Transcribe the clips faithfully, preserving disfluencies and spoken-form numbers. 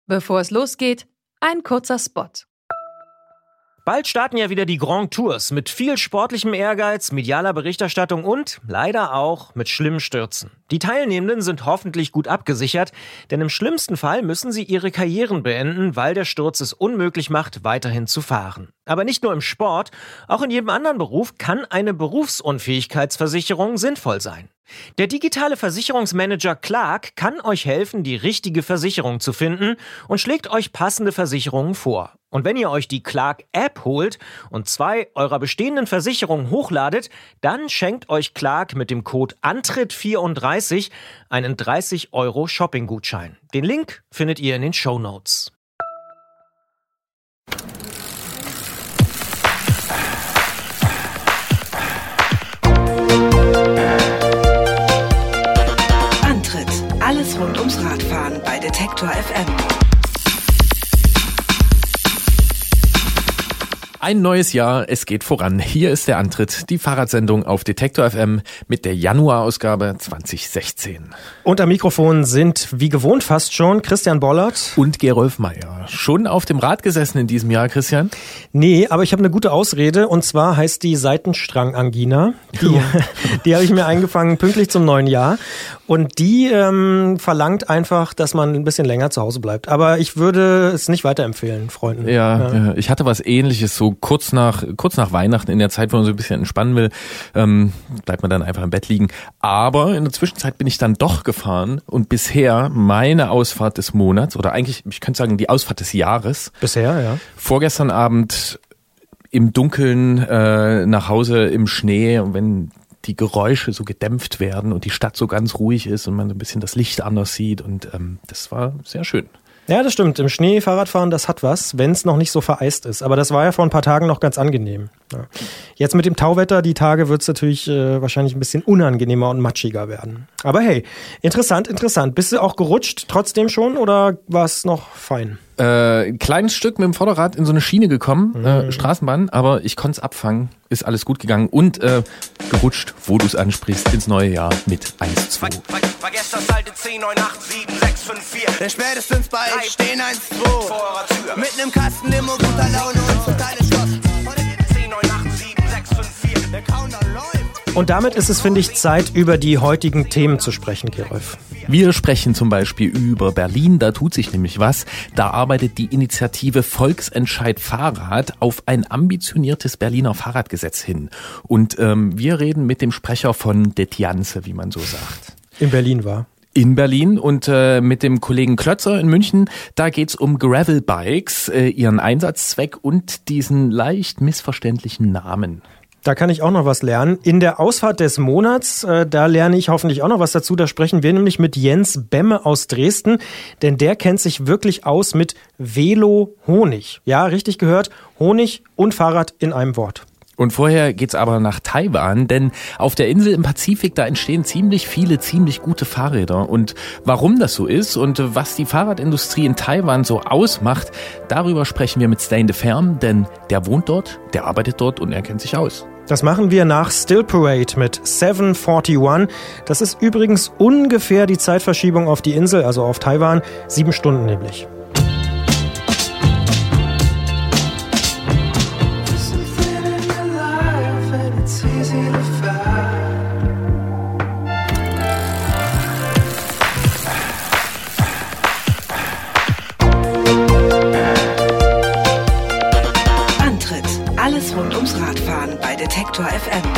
Bevor es losgeht, ein kurzer Spot. Bald starten ja wieder die Grand Tours mit viel sportlichem Ehrgeiz, medialer Berichterstattung und leider auch mit schlimmen Stürzen. Die Teilnehmenden sind hoffentlich gut abgesichert, denn im schlimmsten Fall müssen sie ihre Karrieren beenden, weil der Sturz es unmöglich macht, weiterhin zu fahren. Aber nicht nur im Sport, auch in jedem anderen Beruf kann eine Berufsunfähigkeitsversicherung sinnvoll sein. Der digitale Versicherungsmanager Clark kann euch helfen, die richtige Versicherung zu finden und schlägt euch passende Versicherungen vor. Und wenn ihr euch die Clark-App holt und zwei eurer bestehenden Versicherungen hochladet, dann schenkt euch Clark mit dem Code Antritt vierunddreißig einen dreißig Euro Shopping-Gutschein. Den Link findet ihr in den Shownotes. Antritt: Alles rund ums Radfahren bei Detektor F M. Ein neues Jahr, es geht voran. Hier ist der Antritt, die Fahrradsendung auf Detektor F M mit der Januarausgabe zwanzig sechzehn. Und am Mikrofon sind, wie gewohnt fast schon, Christian Bollert und Gerolf Meyer. Schon auf dem Rad gesessen in diesem Jahr, Christian? Nee, aber ich habe eine gute Ausrede und zwar heißt die Seitenstrangangina. Die, die habe ich mir eingefangen pünktlich zum neuen Jahr und die ähm, verlangt einfach, dass man ein bisschen länger zu Hause bleibt. Aber ich würde es nicht weiterempfehlen, Freunden. Ja, ja. Ich hatte was Ähnliches, so kurz nach kurz nach Weihnachten, in der Zeit, wo man so ein bisschen entspannen will, ähm, bleibt man dann einfach im Bett liegen. Aber in der Zwischenzeit bin ich dann doch gefahren und bisher meine Ausfahrt des Monats, oder eigentlich, ich könnte sagen, die Ausfahrt des Jahres. Bisher, ja. Vorgestern Abend im Dunkeln äh, nach Hause im Schnee, und wenn die Geräusche so gedämpft werden und die Stadt so ganz ruhig ist und man so ein bisschen das Licht anders sieht, und ähm, das war sehr schön. Ja, das stimmt. Im Schnee Fahrradfahren, das hat was, wenn es noch nicht so vereist ist. Aber das war ja vor ein paar Tagen noch ganz angenehm. Ja. Jetzt mit dem Tauwetter, die Tage wird es natürlich äh, wahrscheinlich ein bisschen unangenehmer und matschiger werden. Aber hey, interessant, interessant. Bist du auch gerutscht trotzdem schon oder war es noch fein? Äh, ein kleines Stück mit dem Vorderrad in so eine Schiene gekommen, mhm. äh, Straßenbahn, aber ich konnte es abfangen, ist alles gut gegangen und äh, gerutscht, wo du es ansprichst, ins neue Jahr mit eins zwei. Ver, ver, vergesst das alte zehn neun acht sieben sechs fünf vier. Denn spätestens bei euch stehen eins zwei vor eurer Tür. Mit nem Kasten Limo, guter Laune und totale Schloss. zehn neun acht sieben sechs fünf vier. Der Countdown läuft. Und damit ist es, finde ich, Zeit, über die heutigen Themen zu sprechen, Gerolf. Wir sprechen zum Beispiel über Berlin, da tut sich nämlich was. Da arbeitet die Initiative Volksentscheid Fahrrad auf ein ambitioniertes Berliner Fahrradgesetz hin. Und ähm, wir reden mit dem Sprecher von Detjanse, wie man so sagt. In Berlin war. In Berlin und äh, mit dem Kollegen Klötzer in München, da geht's um Gravelbikes, äh, ihren Einsatzzweck und diesen leicht missverständlichen Namen. Da kann ich auch noch was lernen. In der Ausfahrt des Monats, äh, da lerne ich hoffentlich auch noch was dazu. Da sprechen wir nämlich mit Jens Bemme aus Dresden, denn der kennt sich wirklich aus mit Velo-Honig. Ja, richtig gehört, Honig und Fahrrad in einem Wort. Und vorher geht's aber nach Taiwan, denn auf der Insel im Pazifik, da entstehen ziemlich viele, ziemlich gute Fahrräder. Und warum das so ist und was die Fahrradindustrie in Taiwan so ausmacht, darüber sprechen wir mit Stijn de Ferm, denn der wohnt dort, der arbeitet dort und er kennt sich aus. Das machen wir nach Still Parade mit sieben einundvierzig. Das ist übrigens ungefähr die Zeitverschiebung auf die Insel, also auf Taiwan, sieben Stunden nämlich. Alles rund ums Radfahren bei Detektor F M.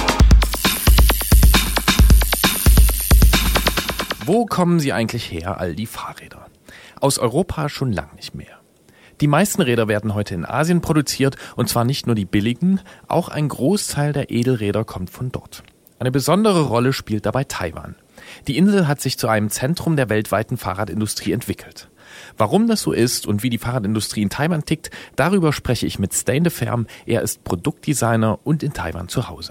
Wo kommen sie eigentlich her, all die Fahrräder? Aus Europa schon lang nicht mehr. Die meisten Räder werden heute in Asien produziert und zwar nicht nur die billigen, auch ein Großteil der Edelräder kommt von dort. Eine besondere Rolle spielt dabei Taiwan. Die Insel hat sich zu einem Zentrum der weltweiten Fahrradindustrie entwickelt. Warum das so ist und wie die Fahrradindustrie in Taiwan tickt, darüber spreche ich mit Stijn de Ferm. Er ist Produktdesigner und in Taiwan zu Hause.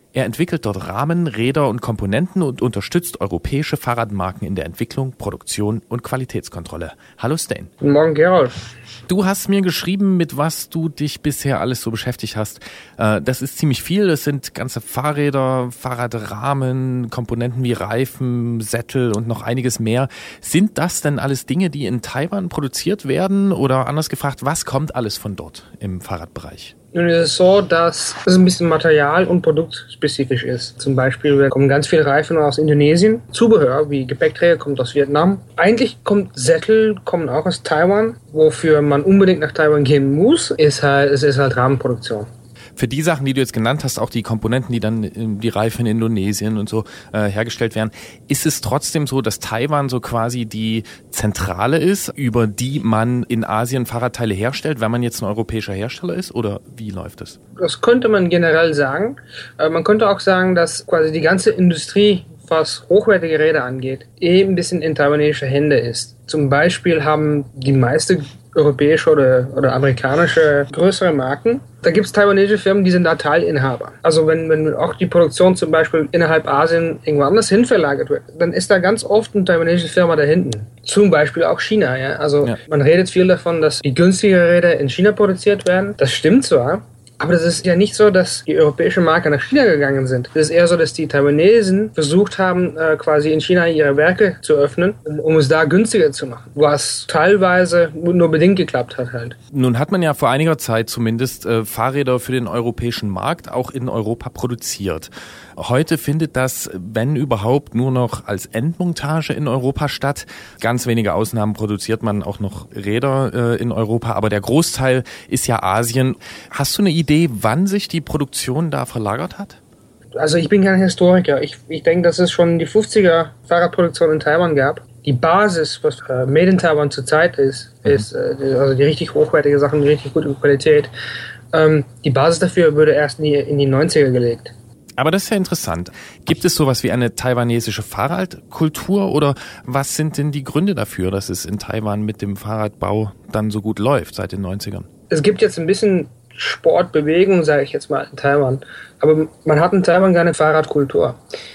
Er entwickelt dort Rahmen, Räder und Komponenten und unterstützt europäische Fahrradmarken in der Entwicklung, Produktion und Qualitätskontrolle. Hallo Stijn. Guten Morgen, Gerolf. Du hast mir geschrieben, mit was du dich bisher alles so beschäftigt hast. Das ist ziemlich viel. Das sind ganze Fahrräder, Fahrradrahmen, Komponenten wie Reifen, Sättel und noch einiges mehr. Sind das denn alles Dinge, die in Taiwan produziert werden? Oder anders gefragt, was kommt alles von dort im Fahrradbereich? Nun ist es so, dass es ein bisschen material- und produktspezifisch ist. Zum Beispiel kommen ganz viele Reifen aus Indonesien. Zubehör wie Gepäckträger kommt aus Vietnam. Eigentlich kommt Sättel kommen auch aus Taiwan. Wofür man unbedingt nach Taiwan gehen muss, ist halt, es ist halt Rahmenproduktion. Für die Sachen, die du jetzt genannt hast, auch die Komponenten, die dann die Reifen in Indonesien und so äh, hergestellt werden, ist es trotzdem so, dass Taiwan so quasi die Zentrale ist, über die man in Asien Fahrradteile herstellt, wenn man jetzt ein europäischer Hersteller ist? Oder wie läuft das? Das könnte man generell sagen. Äh, man könnte auch sagen, dass quasi die ganze Industrie, was hochwertige Räder angeht, eh ein bisschen in taiwanesischer Hände ist. Zum Beispiel haben die meisten europäische oder, oder amerikanische größere Marken, da gibt es taiwanesische Firmen, die sind da Teilinhaber. Also wenn, wenn auch die Produktion zum Beispiel innerhalb Asien irgendwo anders hin verlagert wird, dann ist da ganz oft eine taiwanesische Firma da hinten. Zum Beispiel auch China. Ja? Also ja. Man redet viel davon, dass die günstigeren Räder in China produziert werden. Das stimmt zwar, aber das ist ja nicht so, dass die europäischen Marken nach China gegangen sind. Es ist eher so, dass die Taiwanesen versucht haben, äh, quasi in China ihre Werke zu öffnen, um, um es da günstiger zu machen. Was teilweise nur bedingt geklappt hat halt. Nun hat man ja vor einiger Zeit zumindest äh, Fahrräder für den europäischen Markt auch in Europa produziert. Heute findet das, wenn überhaupt, nur noch als Endmontage in Europa statt. Ganz wenige Ausnahmen produziert man auch noch Räder äh, in Europa, aber der Großteil ist ja Asien. Hast du eine Idee, wann sich die Produktion da verlagert hat? Also ich bin kein Historiker. Ich, ich denke, dass es schon die fünfziger Fahrradproduktion in Taiwan gab. Die Basis, was äh, Made in Taiwan zurzeit ist, mhm. ist äh, also die richtig hochwertige Sachen, die richtig gute Qualität. Ähm, die Basis dafür wurde erst in die, in die neunziger gelegt. Aber das ist ja interessant. Gibt es sowas wie eine taiwanesische Fahrradkultur oder was sind denn die Gründe dafür, dass es in Taiwan mit dem Fahrradbau dann so gut läuft seit den neunzigern? Es gibt jetzt ein bisschen Sportbewegung, sage ich jetzt mal, in Taiwan. Aber man hat in Taiwan keine Fahrradkultur.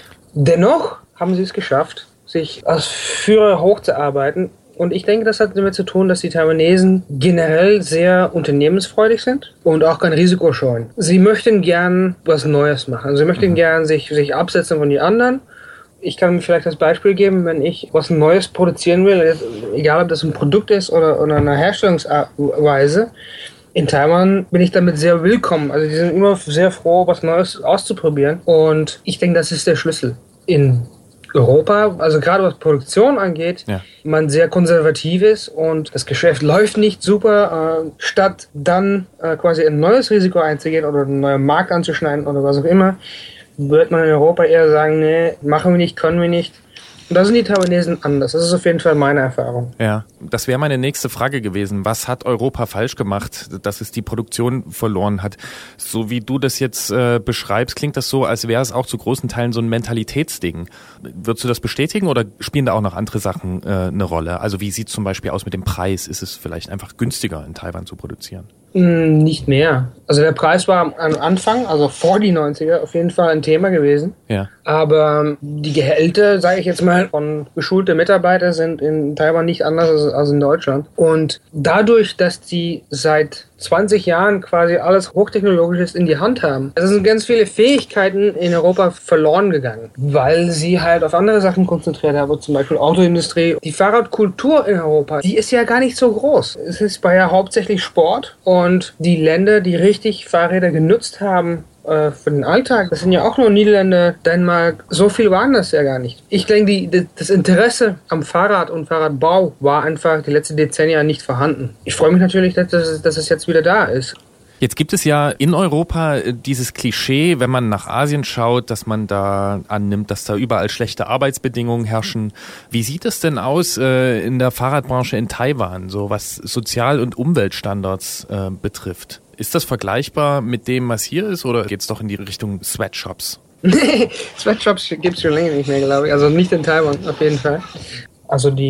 Dennoch haben sie es geschafft, sich als Führer hochzuarbeiten. Und ich denke, das hat damit zu tun, dass die Taiwanesen generell sehr unternehmensfreudig sind und auch kein Risiko scheuen. Sie möchten gern was Neues machen. Also sie möchten mhm. gern sich, sich absetzen von den anderen. Ich kann mir vielleicht das Beispiel geben, wenn ich was Neues produzieren will, egal ob das ein Produkt ist oder, oder eine Herstellungsweise. In Taiwan bin ich damit sehr willkommen. Also die sind immer sehr froh, was Neues auszuprobieren. Und ich denke, das ist der Schlüssel. In Europa, also gerade was Produktion angeht, ja. man sehr konservativ ist und das Geschäft läuft nicht super. Äh, statt dann äh, quasi ein neues Risiko einzugehen oder einen neuen Markt anzuschneiden oder was auch immer, wird man in Europa eher sagen, nee, machen wir nicht, können wir nicht. Und da sind die Taiwanesen anders. Das ist auf jeden Fall meine Erfahrung. Ja, das wäre meine nächste Frage gewesen. Was hat Europa falsch gemacht, dass es die Produktion verloren hat? So wie du das jetzt äh, beschreibst, klingt das so, als wäre es auch zu großen Teilen so ein Mentalitätsding. Würdest du das bestätigen oder spielen da auch noch andere Sachen äh, eine Rolle? Also wie sieht es zum Beispiel aus mit dem Preis? Ist es vielleicht einfach günstiger, in Taiwan zu produzieren? Nicht mehr. Also der Preis war am Anfang, also vor die neunziger, auf jeden Fall ein Thema gewesen. Ja. Aber die Gehälter, sage ich jetzt mal, von geschulten Mitarbeitern sind in Taiwan nicht anders als, als in Deutschland. Und dadurch, dass die seit zwanzig Jahren quasi alles Hochtechnologisches in die Hand haben, es sind ganz viele Fähigkeiten in Europa verloren gegangen, weil sie halt auf andere Sachen konzentriert haben, zum Beispiel Autoindustrie. Die Fahrradkultur in Europa, die ist ja gar nicht so groß. Es ist bei ja hauptsächlich Sport und die Länder, die richtig Fahrräder genutzt haben, für den Alltag, das sind ja auch nur Niederlande, Dänemark, so viel waren das ja gar nicht. Ich denke, die, das Interesse am Fahrrad und Fahrradbau war einfach die letzten Dezennien nicht vorhanden. Ich freue mich natürlich, dass es, dass es jetzt wieder da ist. Jetzt gibt es ja in Europa dieses Klischee, wenn man nach Asien schaut, dass man da annimmt, dass da überall schlechte Arbeitsbedingungen herrschen. Wie sieht es denn aus äh, in der Fahrradbranche in Taiwan, so was Sozial- und Umweltstandards äh, betrifft? Ist das vergleichbar mit dem, was hier ist, oder geht es doch in die Richtung Sweatshops? Nee, Sweatshops gibt es schon länger nicht mehr, glaube ich. Also nicht in Taiwan, auf jeden Fall. Also die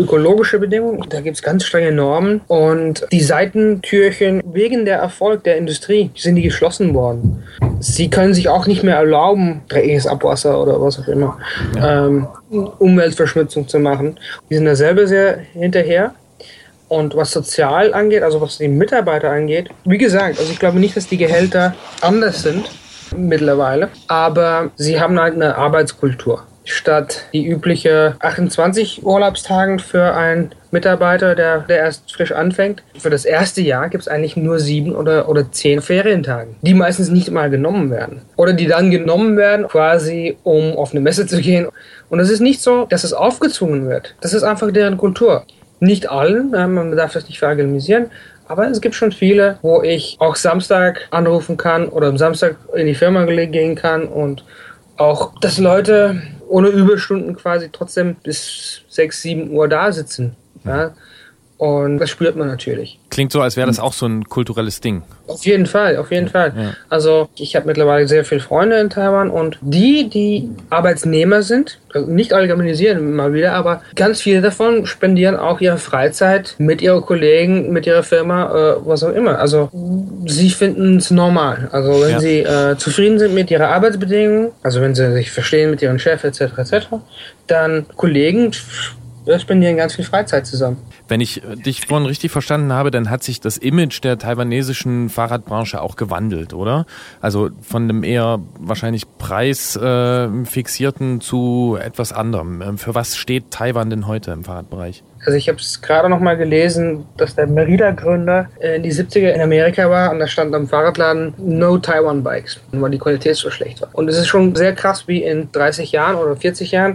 ökologische Bedingungen. Da gibt es ganz strenge Normen. Und die Seitentürchen, wegen der Erfolg der Industrie, sind die geschlossen worden. Sie können sich auch nicht mehr erlauben, dreckiges Abwasser oder was auch immer, ja. ähm, Umweltverschmutzung zu machen. Die sind da selber sehr hinterher. Und was sozial angeht, also was die Mitarbeiter angeht, wie gesagt, also ich glaube nicht, dass die Gehälter anders sind mittlerweile, aber sie haben halt eine Arbeitskultur. Statt die übliche achtundzwanzig Urlaubstagen für einen Mitarbeiter, der, der erst frisch anfängt, für das erste Jahr gibt es eigentlich nur sieben oder, oder zehn Ferientagen, die meistens nicht mal genommen werden. Oder die dann genommen werden, quasi um auf eine Messe zu gehen. Und es ist nicht so, dass es aufgezwungen wird. Das ist einfach deren Kultur. Nicht allen, man darf das nicht verallgemeinern, aber es gibt schon viele, wo ich auch Samstag anrufen kann oder am Samstag in die Firma gehen kann und auch, dass Leute ohne Überstunden quasi trotzdem bis sechs, sieben Uhr da sitzen. Ja? Und das spürt man natürlich. Klingt so, als wäre das auch so ein kulturelles Ding. Auf jeden Fall, auf jeden Fall. Ja. Also ich habe mittlerweile sehr viele Freunde in Taiwan und die, die Arbeitsnehmer sind, also nicht allgemeinisieren mal wieder, aber ganz viele davon spendieren auch ihre Freizeit mit ihren Kollegen, mit ihrer Firma, äh, was auch immer. Also sie finden es normal. Also wenn ja. sie äh, zufrieden sind mit ihren Arbeitsbedingungen, also wenn sie sich verstehen mit ihrem Chef et cetera et cetera, dann Kollegen wir spendieren ganz viel Freizeit zusammen. Wenn ich dich vorhin richtig verstanden habe, dann hat sich das Image der taiwanesischen Fahrradbranche auch gewandelt, oder? Also von einem eher wahrscheinlich preisfixierten äh, zu etwas anderem. Für was steht Taiwan denn heute im Fahrradbereich? Also ich habe es gerade noch mal gelesen, dass der Merida-Gründer in die siebziger in Amerika war und da stand am Fahrradladen No Taiwan Bikes, weil die Qualität so schlecht war. Und es ist schon sehr krass, wie in dreißig Jahren oder vierzig Jahren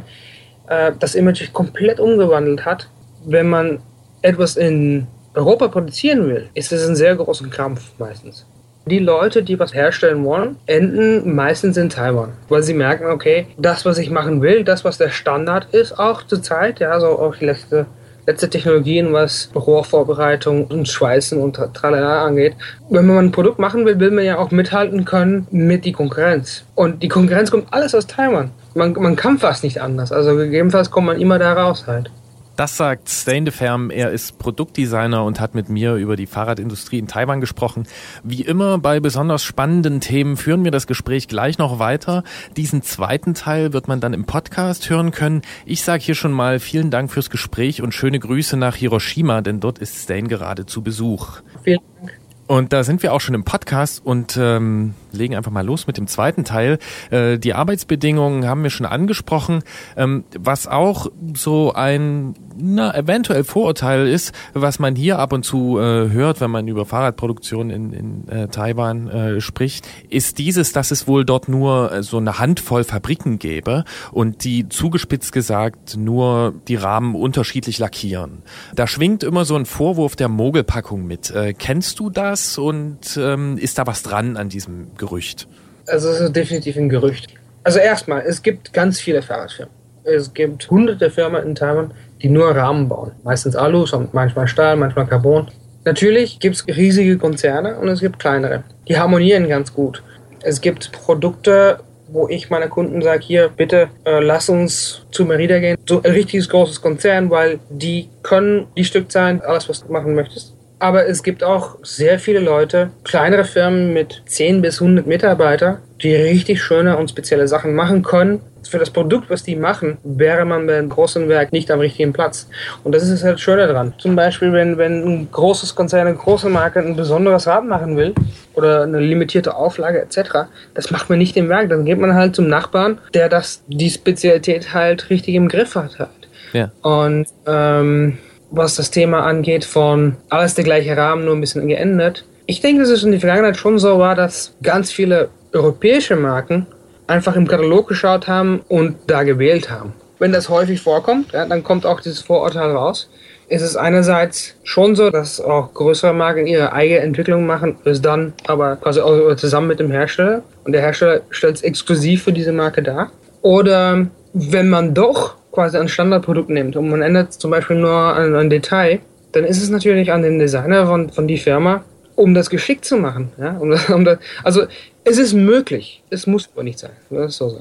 das Image sich komplett umgewandelt hat. Wenn man etwas in Europa produzieren will, ist es ein sehr großer Kampf meistens. Die Leute, die was herstellen wollen, enden meistens in Taiwan, weil sie merken, okay, das, was ich machen will, das, was der Standard ist, auch zur Zeit, ja, so auch die letzte, letzte Technologien, was Rohrvorbereitung und Schweißen und Tralala angeht. Wenn man ein Produkt machen will, will man ja auch mithalten können mit der Konkurrenz. Und die Konkurrenz kommt alles aus Taiwan. Man, man kann fast nicht anders. Also gegebenenfalls kommt man immer da raus halt. Das sagt Stijn de Ferm. Er ist Produktdesigner und hat mit mir über die Fahrradindustrie in Taiwan gesprochen. Wie immer bei besonders spannenden Themen führen wir das Gespräch gleich noch weiter. Diesen zweiten Teil wird man dann im Podcast hören können. Ich sage hier schon mal vielen Dank fürs Gespräch und schöne Grüße nach Hiroshima, denn dort ist Stijn gerade zu Besuch. Vielen Dank. Und da sind wir auch schon im Podcast und ähm, legen einfach mal los mit dem zweiten Teil. Äh, die Arbeitsbedingungen haben wir schon angesprochen. Ähm, was auch so ein na, eventuell Vorurteil ist, was man hier ab und zu äh, hört, wenn man über Fahrradproduktion in, in äh, Taiwan äh, spricht, ist dieses, dass es wohl dort nur äh, so eine Handvoll Fabriken gäbe und die zugespitzt gesagt nur die Rahmen unterschiedlich lackieren. Da schwingt immer so ein Vorwurf der Mogelpackung mit. Äh, kennst du das? Und ähm, ist da was dran an diesem Gerücht? Also es ist definitiv ein Gerücht. Also erstmal, es gibt ganz viele Fahrradfirmen. Es gibt hunderte Firmen in Taiwan, die nur Rahmen bauen. Meistens Alu, manchmal Stahl, manchmal Carbon. Natürlich gibt es riesige Konzerne und es gibt kleinere. Die harmonieren ganz gut. Es gibt Produkte, wo ich meinen Kunden sage, hier, bitte äh, lass uns zu Merida gehen. So ein richtiges großes Konzern, weil die können die Stückzahlen, alles was du machen möchtest. Aber es gibt auch sehr viele Leute, kleinere Firmen mit zehn bis hundert Mitarbeitern, die richtig schöne und spezielle Sachen machen können. Für das Produkt, was die machen, wäre man bei einem großen Werk nicht am richtigen Platz. Und das ist halt schöner dran. Zum Beispiel, wenn, wenn ein großes Konzern, eine große Marke ein besonderes Rad machen will oder eine limitierte Auflage et cetera, das macht man nicht im Werk. Dann geht man halt zum Nachbarn, der das die Spezialität halt richtig im Griff hat. Halt. Ja. Und ähm, was das Thema angeht von alles der gleiche Rahmen, nur ein bisschen geändert. Ich denke, dass es in der Vergangenheit schon so war, dass ganz viele europäische Marken einfach im Katalog geschaut haben und da gewählt haben. Wenn das häufig vorkommt, ja, dann kommt auch dieses Vorurteil raus. Es ist einerseits schon so, dass auch größere Marken ihre eigene Entwicklung machen, es dann aber quasi auch zusammen mit dem Hersteller und der Hersteller stellt es exklusiv für diese Marke dar. Oder wenn man doch quasi ein Standardprodukt nimmt und man ändert zum Beispiel nur ein, ein Detail, dann ist es natürlich an den Designer von, von die Firma, um das geschickt zu machen. Ja? Um das, um das, also es ist möglich, es muss aber nicht sein, das so sein.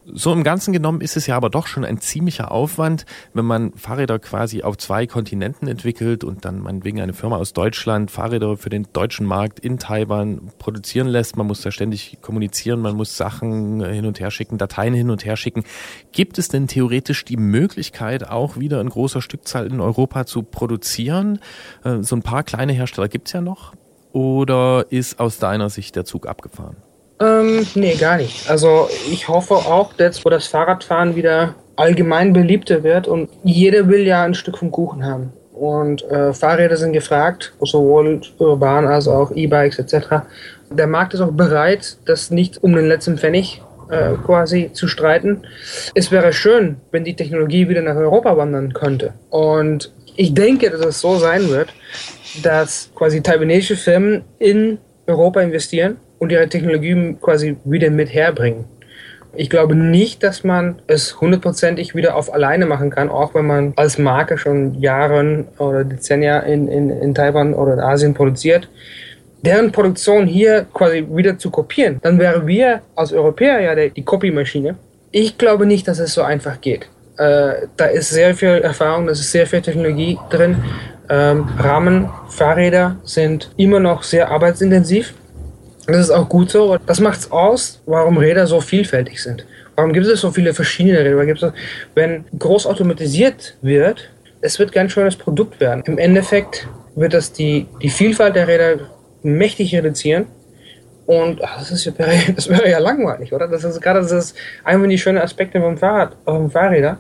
So im Ganzen genommen ist es ja aber doch schon ein ziemlicher Aufwand, wenn man Fahrräder quasi auf zwei Kontinenten entwickelt und dann meinetwegen eine Firma aus Deutschland Fahrräder für den deutschen Markt in Taiwan produzieren lässt. Man muss da ständig kommunizieren, man muss Sachen hin und her schicken, Dateien hin und her schicken. Gibt es denn theoretisch die Möglichkeit, auch wieder in großer Stückzahl in Europa zu produzieren? So ein paar kleine Hersteller gibt's ja noch. Oder ist aus deiner Sicht der Zug abgefahren? Ähm, nee, gar nicht. Also ich hoffe auch, jetzt wo das Fahrradfahren wieder allgemein beliebter wird und jeder will ja ein Stück vom Kuchen haben. Und äh, Fahrräder sind gefragt, sowohl urban als auch E-Bikes et cetera. Der Markt ist auch bereit, das nicht um den letzten Pfennig äh, quasi zu streiten. Es wäre schön, wenn die Technologie wieder nach Europa wandern könnte. Und ich denke, dass es so sein wird, dass quasi taiwanesische Firmen in Europa investieren und ihre Technologie quasi wieder mit herbringen. Ich glaube nicht, dass man es hundertprozentig wieder auf alleine machen kann, auch wenn man als Marke schon Jahre oder Dezennien in, in, in Taiwan oder in Asien produziert. Deren Produktion hier quasi wieder zu kopieren, dann wären wir als Europäer ja die, die Copy-Maschine. Ich glaube nicht, dass es so einfach geht. Äh, da ist sehr viel Erfahrung, da ist sehr viel Technologie drin. Ähm, Rahmen, Fahrräder sind immer noch sehr arbeitsintensiv. Das ist auch gut so. Das macht es aus, warum Räder so vielfältig sind. Warum gibt es so viele verschiedene Räder? Gibt's, wenn groß automatisiert wird, es wird ganz schönes Produkt werden. Im Endeffekt wird das die, die Vielfalt der Räder mächtig reduzieren. Und ach, das, ist ja, das wäre ja langweilig, oder? Das ist gerade das ist einer der schönen Aspekte vom Fahrrad, vom Fahrräder.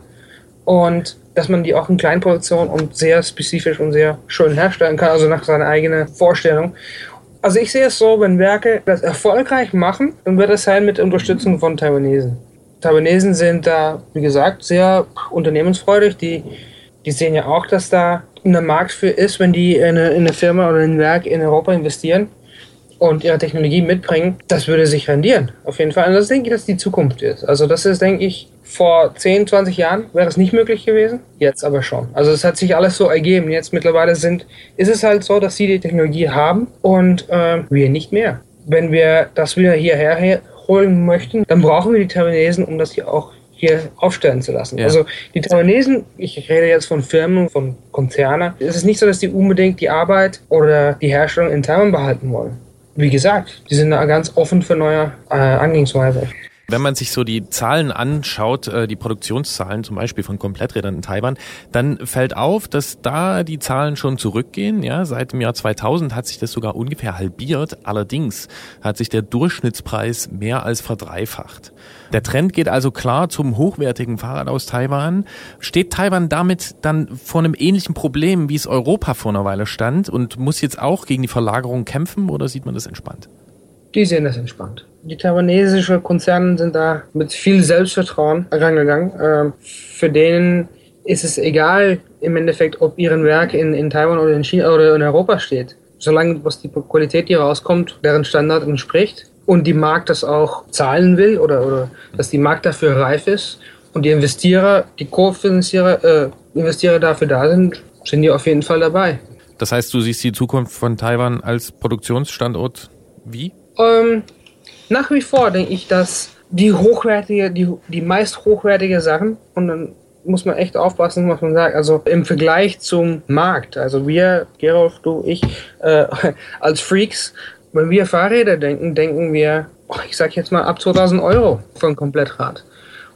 Und dass man die auch in Kleinproduktion und sehr spezifisch und sehr schön herstellen kann, also nach seiner eigenen Vorstellung. Also ich sehe es so, wenn Werke das erfolgreich machen, dann wird es sein mit Unterstützung von Taiwanesen. Taiwanesen sind da, wie gesagt, sehr unternehmensfreudig. Die, die sehen ja auch, dass da ein Markt für ist, wenn die in eine, in eine Firma oder in ein Werk in Europa investieren und ihre Technologie mitbringen. Das würde sich rendieren, auf jeden Fall. Und das denke ich, dass die Zukunft ist. Also das ist, denke ich, vor zehn, zwanzig Jahren wäre es nicht möglich gewesen, jetzt aber schon. Also es hat sich alles so ergeben. Jetzt mittlerweile sind, ist es halt so, dass sie die Technologie haben und äh, wir nicht mehr. Wenn wir das wieder hierher holen möchten, dann brauchen wir die Taiwanesen, um das hier auch hier aufstellen zu lassen. Ja. Also die Taiwanesen, ich rede jetzt von Firmen, von Konzernen, es ist nicht so, dass die unbedingt die Arbeit oder die Herstellung in Taiwan behalten wollen. Wie gesagt, die sind da ganz offen für neue äh, Angehensweise. Wenn man sich so die Zahlen anschaut, die Produktionszahlen zum Beispiel von Kompletträdern in Taiwan, dann fällt auf, dass da die Zahlen schon zurückgehen. Ja, seit dem Jahr zweitausend hat sich das sogar ungefähr halbiert. Allerdings hat sich der Durchschnittspreis mehr als verdreifacht. Der Trend geht also klar zum hochwertigen Fahrrad aus Taiwan. Steht Taiwan damit dann vor einem ähnlichen Problem, wie es Europa vor einer Weile stand und muss jetzt auch gegen die Verlagerung kämpfen oder sieht man das entspannt? Die sehen das entspannt. Die taiwanesischen Konzerne sind da mit viel Selbstvertrauen rangegangen. Ähm, für denen ist es egal im Endeffekt, ob ihr Werk in, in Taiwan oder in China oder in Europa steht. Solange was die Qualität, die rauskommt, deren Standard entspricht und die Markt das auch zahlen will oder, oder dass die Markt dafür reif ist und die Investierer, die Co-Finanzierer, äh, Investierer dafür da sind, sind die auf jeden Fall dabei. Das heißt, du siehst die Zukunft von Taiwan als Produktionsstandort wie? Ähm, nach wie vor denke ich, dass die hochwertige, die, die meist hochwertige Sachen, und dann muss man echt aufpassen, was man sagt, also im Vergleich zum Markt, also wir, Gerolf, du, ich, äh, als Freaks, wenn wir Fahrräder denken, denken wir, oh, ich sag jetzt mal ab zweitausend Euro für ein Komplettrad.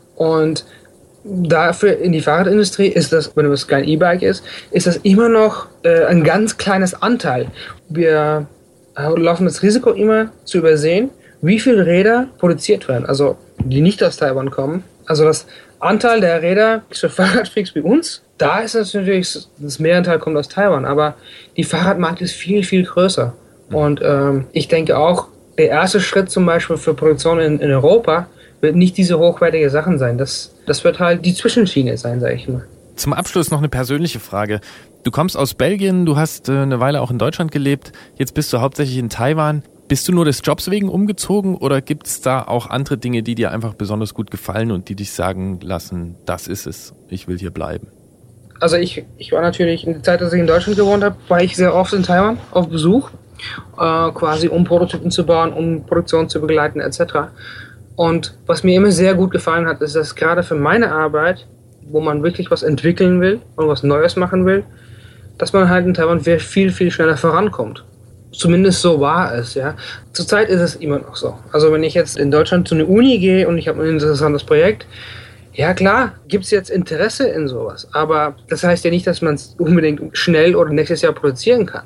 Und dafür in die Fahrradindustrie ist das, wenn es kein E-Bike ist, ist das immer noch äh, ein ganz kleines Anteil. Wir laufen das Risiko immer zu übersehen, wie viele Räder produziert werden, also die nicht aus Taiwan kommen. Also das Anteil der Räder für Fahrradfreaks wie uns, da ist es natürlich, das Mehranteil kommt aus Taiwan, aber die Fahrradmarkt ist viel, viel größer. Und ähm, ich denke auch, der erste Schritt zum Beispiel für Produktion in, in Europa wird nicht diese hochwertige Sachen sein. Das, das wird halt die Zwischenschiene sein, sage ich mal. Zum Abschluss noch eine persönliche Frage. Du kommst aus Belgien, du hast äh, eine Weile auch in Deutschland gelebt, jetzt bist du hauptsächlich in Taiwan. Bist du nur des Jobs wegen umgezogen oder gibt es da auch andere Dinge, die dir einfach besonders gut gefallen und die dich sagen lassen, das ist es, ich will hier bleiben? Also ich, ich war natürlich in der Zeit, als ich in Deutschland gewohnt habe, war ich sehr oft in Taiwan auf Besuch, äh, quasi um Prototypen zu bauen, um Produktion zu begleiten et cetera. Und was mir immer sehr gut gefallen hat, ist, dass gerade für meine Arbeit, wo man wirklich was entwickeln will und was Neues machen will, dass man halt in Taiwan viel, viel schneller vorankommt. Zumindest so war es, ja. Zurzeit ist es immer noch so. Also wenn ich jetzt in Deutschland zu einer Uni gehe und ich habe ein interessantes Projekt, ja klar, gibt es jetzt Interesse in sowas. Aber das heißt ja nicht, dass man es unbedingt schnell oder nächstes Jahr produzieren kann.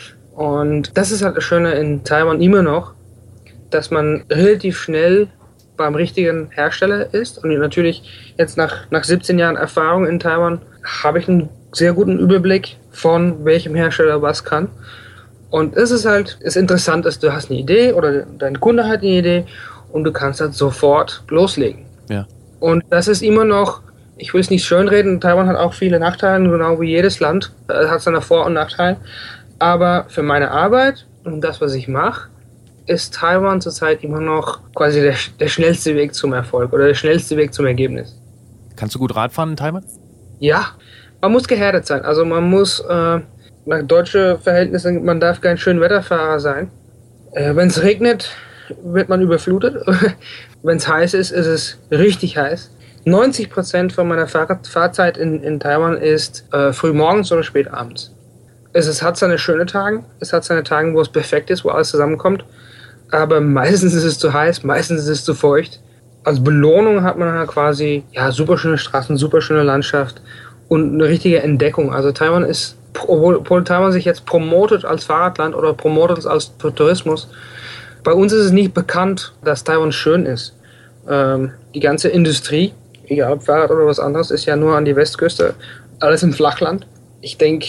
Und das ist halt das Schöne in Taiwan immer noch, dass man relativ schnell beim richtigen Hersteller ist. Und natürlich jetzt nach, nach siebzehn Jahren Erfahrung in Taiwan habe ich einen sehr guten Überblick von welchem Hersteller was kann. Und es ist halt, es interessant ist, du hast eine Idee oder dein Kunde hat eine Idee und du kannst halt sofort loslegen. Ja. Und das ist immer noch, ich will es nicht schönreden, Taiwan hat auch viele Nachteile, genau wie jedes Land, äh, hat seine Vor- und Nachteile. Aber für meine Arbeit und das, was ich mache, ist Taiwan zurzeit immer noch quasi der, der schnellste Weg zum Erfolg oder der schnellste Weg zum Ergebnis. Kannst du gut Radfahren in Taiwan? Ja, man muss gehärtet sein. Also man muss, äh, nach deutschen Verhältnissen, man darf kein Schönwetterfahrer sein. Äh, wenn es regnet, wird man überflutet. Wenn es heiß ist, ist es richtig heiß. neunzig Prozent von meiner Fahrrad- Fahrzeit in, in Taiwan ist äh, früh morgens oder spät abends. Es, es hat seine schönen Tage, es hat seine Tage, wo es perfekt ist, wo alles zusammenkommt. Aber meistens ist es zu heiß, meistens ist es zu feucht. Als Belohnung hat man halt quasi ja, super schöne Straßen, super schöne Landschaft und eine richtige Entdeckung. Also Taiwan ist, obwohl Taiwan sich jetzt promotet als Fahrradland oder promotet als Tourismus, bei uns ist es nicht bekannt, dass Taiwan schön ist. Ähm, die ganze Industrie, egal ob Fahrrad oder was anderes, ist ja nur an die Westküste, alles im Flachland. Ich denke,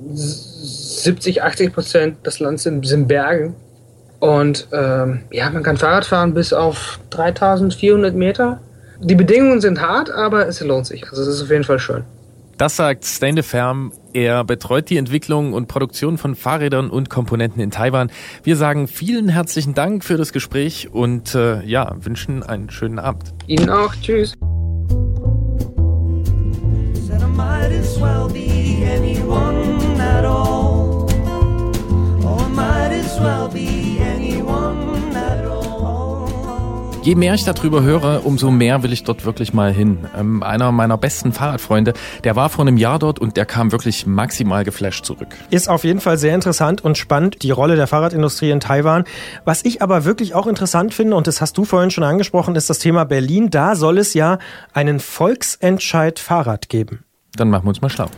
siebzig, achtzig Prozent des Landes sind, sind Berge. Und ähm, ja, man kann Fahrrad fahren bis auf dreitausendvierhundert Meter. Die Bedingungen sind hart, aber es lohnt sich. Also es ist auf jeden Fall schön. Das sagt Stijn de Ferm. Er betreut die Entwicklung und Produktion von Fahrrädern und Komponenten in Taiwan. Wir sagen vielen herzlichen Dank für das Gespräch und äh, ja, wünschen einen schönen Abend. Ihnen auch. Tschüss. Je mehr ich darüber höre, umso mehr will ich dort wirklich mal hin. Ähm, einer meiner besten Fahrradfreunde, der war vor einem Jahr dort und der kam wirklich maximal geflasht zurück. Ist auf jeden Fall sehr interessant und spannend, die Rolle der Fahrradindustrie in Taiwan. Was ich aber wirklich auch interessant finde, und das hast du vorhin schon angesprochen, ist das Thema Berlin. Da soll es ja einen Volksentscheid Fahrrad geben. Dann machen wir uns mal schlau.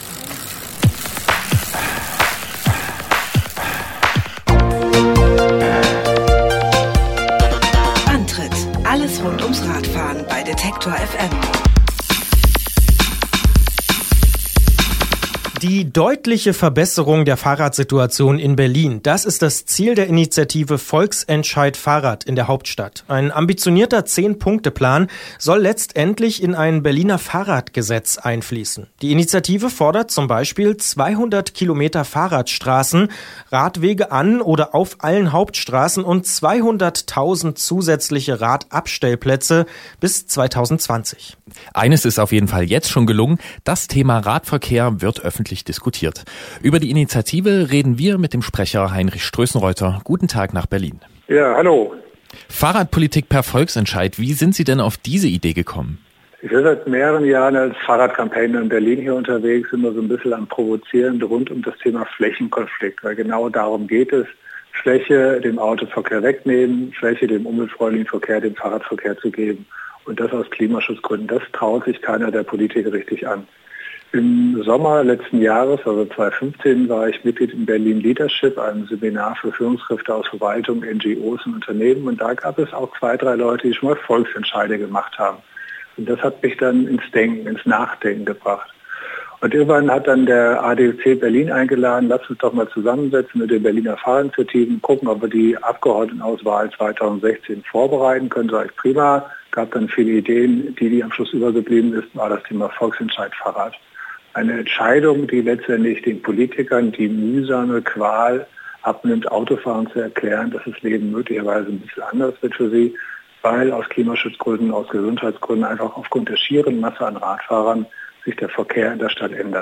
Alles rund ums Radfahren bei Detektor F M. Die deutliche Verbesserung der Fahrradsituation in Berlin, das ist das Ziel der Initiative Volksentscheid Fahrrad in der Hauptstadt. Ein ambitionierter Zehn-Punkte-Plan soll letztendlich in ein Berliner Fahrradgesetz einfließen. Die Initiative fordert zum Beispiel zweihundert Kilometer Fahrradstraßen, Radwege an oder auf allen Hauptstraßen und zweihunderttausend zusätzliche Radabstellplätze bis zweitausendzwanzig. Eines ist auf jeden Fall jetzt schon gelungen, das Thema Radverkehr wird öffentlich diskutiert. Über die Initiative reden wir mit dem Sprecher Heinrich Strößenreuter. Guten Tag nach Berlin. Ja, hallo. Fahrradpolitik per Volksentscheid. Wie sind Sie denn auf diese Idee gekommen? Ich bin seit mehreren Jahren als Fahrradcampaigner in Berlin hier unterwegs, immer so ein bisschen am Provozieren rund um das Thema Flächenkonflikt, weil genau darum geht es. Fläche dem Autoverkehr wegnehmen, Fläche dem umweltfreundlichen Verkehr, dem Fahrradverkehr zu geben. Und das aus Klimaschutzgründen. Das traut sich keiner der Politiker richtig an. Im Sommer letzten Jahres, also zweitausendfünfzehn, war ich Mitglied in Berlin Leadership, einem Seminar für Führungskräfte aus Verwaltung, N G Os und Unternehmen. Und da gab es auch zwei, drei Leute, die schon mal Volksentscheide gemacht haben. Und das hat mich dann ins Denken, ins Nachdenken gebracht. Und irgendwann hat dann der A D C Berlin eingeladen, lasst uns doch mal zusammensetzen mit den Berliner Fahrinitiativen, gucken, ob wir die Abgeordnetenauswahl zweitausendsechzehn vorbereiten können. Sag ich, prima, gab dann viele Ideen. Die, die am Schluss übergeblieben ist, war das Thema Volksentscheid Fahrrad. Eine Entscheidung, die letztendlich den Politikern die mühsame Qual abnimmt, Autofahren zu erklären, dass das Leben möglicherweise ein bisschen anders wird für sie, weil aus Klimaschutzgründen, aus Gesundheitsgründen einfach aufgrund der schieren Masse an Radfahrern sich der Verkehr in der Stadt ändern muss.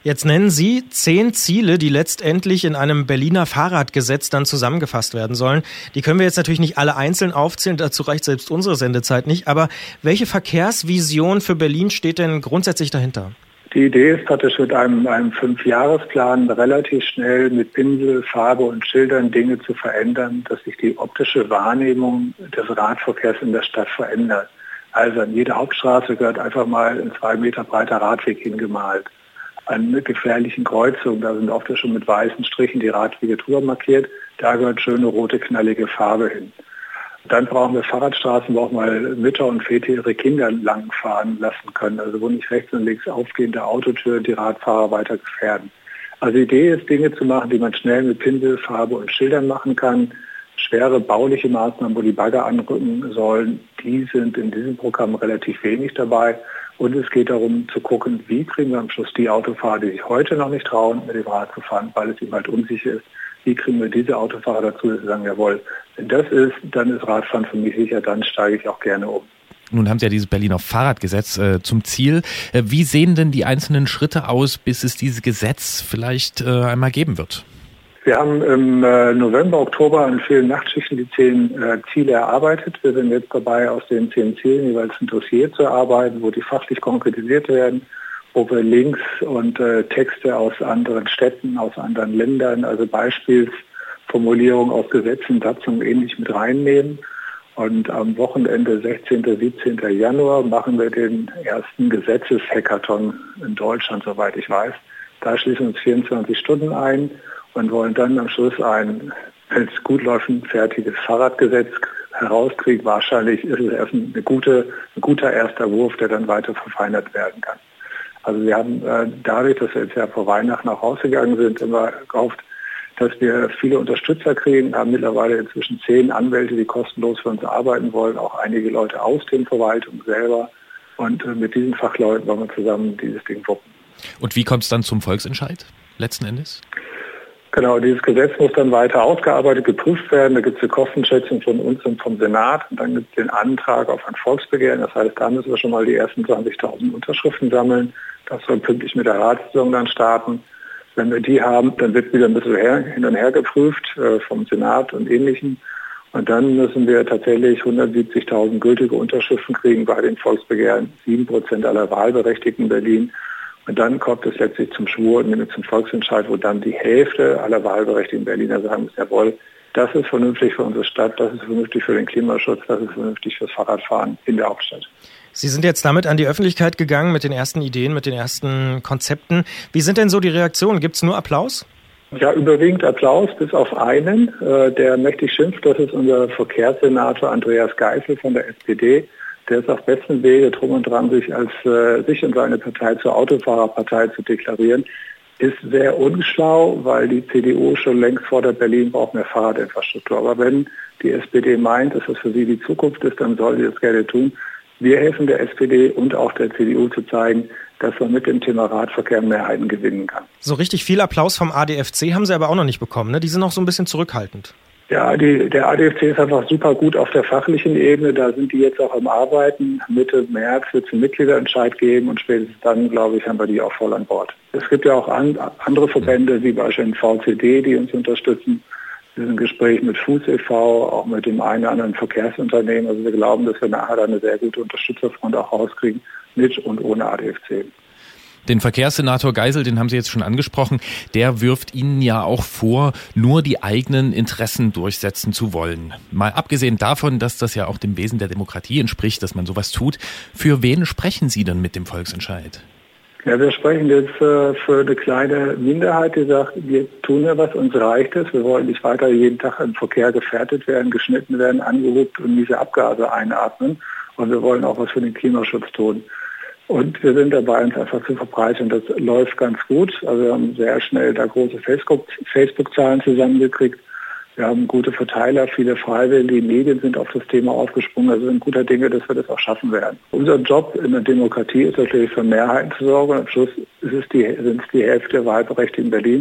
Jetzt nennen Sie zehn Ziele, die letztendlich in einem Berliner Fahrradgesetz dann zusammengefasst werden sollen. Die können wir jetzt natürlich nicht alle einzeln aufzählen, dazu reicht selbst unsere Sendezeit nicht. Aber welche Verkehrsvision für Berlin steht denn grundsätzlich dahinter? Die Idee ist praktisch mit einem, einem Fünfjahresplan relativ schnell mit Pinsel, Farbe und Schildern Dinge zu verändern, dass sich die optische Wahrnehmung des Radverkehrs in der Stadt verändert. Also an jede Hauptstraße gehört einfach mal ein zwei Meter breiter Radweg hingemalt. An gefährlichen Kreuzungen, da sind oft schon mit weißen Strichen die Radwege drüber markiert, da gehört schöne rote, knallige Farbe hin. Dann brauchen wir Fahrradstraßen, wo auch mal Mütter und Väter ihre Kinder langfahren lassen können, also wo nicht rechts und links aufgehende Autotüren die Radfahrer weiter gefährden. Also die Idee ist, Dinge zu machen, die man schnell mit Pinsel, Farbe und Schildern machen kann. Schwere bauliche Maßnahmen, wo die Bagger anrücken sollen, die sind in diesem Programm relativ wenig dabei. Und es geht darum zu gucken, wie kriegen wir am Schluss die Autofahrer, die sich heute noch nicht trauen, mit dem Rad zu fahren, weil es ihnen halt unsicher ist, wie kriegen wir diese Autofahrer dazu, dass sie sagen, jawohl, wenn das ist, dann ist Radfahren für mich sicher, dann steige ich auch gerne um. Nun haben Sie ja dieses Berliner Fahrradgesetz äh, zum Ziel. Äh, wie sehen denn die einzelnen Schritte aus, bis es dieses Gesetz vielleicht äh, einmal geben wird? Wir haben im äh, November, Oktober an vielen Nachtschichten die zehn äh, Ziele erarbeitet. Wir sind jetzt dabei, aus den zehn Zielen jeweils ein Dossier zu erarbeiten, wo die fachlich konkretisiert werden, wo wir Links und äh, Texte aus anderen Städten, aus anderen Ländern, also Beispielsformulierungen aus Gesetzen, Satzungen ähnlich mit reinnehmen. Und am Wochenende sechzehnten, siebzehnten Januar machen wir den ersten Gesetzeshackathon in Deutschland, soweit ich weiß. Da schließen wir uns vierundzwanzig Stunden ein und wollen dann am Schluss ein, wenn es gut läuft, ein fertiges Fahrradgesetz herauskriegen. Wahrscheinlich ist es erst eine gute, ein guter erster Wurf, der dann weiter verfeinert werden kann. Also wir haben äh, dadurch, dass wir jetzt ja vor Weihnachten auch rausgegangen sind, immer gehofft, dass wir viele Unterstützer kriegen, haben mittlerweile inzwischen zehn Anwälte, die kostenlos für uns arbeiten wollen, auch einige Leute aus den Verwaltungen selber. Und äh, mit diesen Fachleuten wollen wir zusammen dieses Ding wuppen. Und wie kommt es dann zum Volksentscheid letzten Endes? Genau, dieses Gesetz muss dann weiter ausgearbeitet, geprüft werden. Da gibt es eine Kostenschätzung von uns und vom Senat. Und dann gibt es den Antrag auf ein Volksbegehren. Das heißt, da müssen wir schon mal die ersten zwanzigtausend Unterschriften sammeln. Das soll pünktlich mit der Ratssitzung dann starten. Wenn wir die haben, dann wird wieder ein bisschen her, hin und her geprüft äh, vom Senat und Ähnlichem. Und dann müssen wir tatsächlich hundertsiebzigtausend gültige Unterschriften kriegen bei den Volksbegehren, sieben Prozent aller Wahlberechtigten in Berlin. Und dann kommt es letztlich zum Schwur, nämlich zum Volksentscheid, wo dann die Hälfte aller Wahlberechtigten Berliner sagen, jawohl, das ist vernünftig für unsere Stadt, das ist vernünftig für den Klimaschutz, das ist vernünftig fürs Fahrradfahren in der Hauptstadt. Sie sind jetzt damit an die Öffentlichkeit gegangen mit den ersten Ideen, mit den ersten Konzepten. Wie sind denn so die Reaktionen? Gibt es nur Applaus? Ja, überwiegend Applaus, bis auf einen, äh, der mächtig schimpft. Das ist unser Verkehrssenator Andreas Geisel von der S P D. Der ist auf besten Wege drum und dran, sich als äh, sich und seine Partei zur Autofahrerpartei zu deklarieren. Ist sehr unschlau, weil die C D U schon längst fordert, Berlin braucht mehr Fahrradinfrastruktur. Aber wenn die S P D meint, dass das für sie die Zukunft ist, dann soll sie das gerne tun. Wir helfen der S P D und auch der C D U zu zeigen, dass man mit dem Thema Radverkehr Mehrheiten gewinnen kann. So richtig viel Applaus vom A D F C haben Sie aber auch noch nicht bekommen, ne? Die sind noch so ein bisschen zurückhaltend. Ja, die, der A D F C ist einfach super gut auf der fachlichen Ebene. Da sind die jetzt auch am Arbeiten. Mitte März wird es einen Mitgliederentscheid geben und spätestens dann, glaube ich, haben wir die auch voll an Bord. Es gibt ja auch an, andere Verbände, wie beispielsweise V C D, die uns unterstützen. Wir sind im Gespräch mit Fuß e V, auch mit dem einen oder anderen Verkehrsunternehmen. Also wir glauben, dass wir nachher eine sehr gute Unterstützerfront auch rauskriegen, mit und ohne A D F C. Den Verkehrssenator Geisel, den haben Sie jetzt schon angesprochen, der wirft Ihnen ja auch vor, nur die eigenen Interessen durchsetzen zu wollen. Mal abgesehen davon, dass das ja auch dem Wesen der Demokratie entspricht, dass man sowas tut, für wen sprechen Sie denn mit dem Volksentscheid? Ja, wir sprechen jetzt äh, für eine kleine Minderheit, die sagt, wir tun ja was, uns reicht es, wir wollen nicht weiter jeden Tag im Verkehr gefährdet werden, geschnitten werden, angehupt und diese Abgase einatmen und wir wollen auch was für den Klimaschutz tun. Und wir sind dabei, uns einfach zu verbreiten. Das läuft ganz gut. Also wir haben sehr schnell da große Facebook-Zahlen zusammengekriegt. Wir haben gute Verteiler, viele Freiwillige, die Medien sind auf das Thema aufgesprungen. Also sind guter Dinge, dass wir das auch schaffen werden. Unser Job in der Demokratie ist natürlich für Mehrheiten zu sorgen. Am Schluss ist es die, sind es die Hälfte der Wahlberechtigten in Berlin.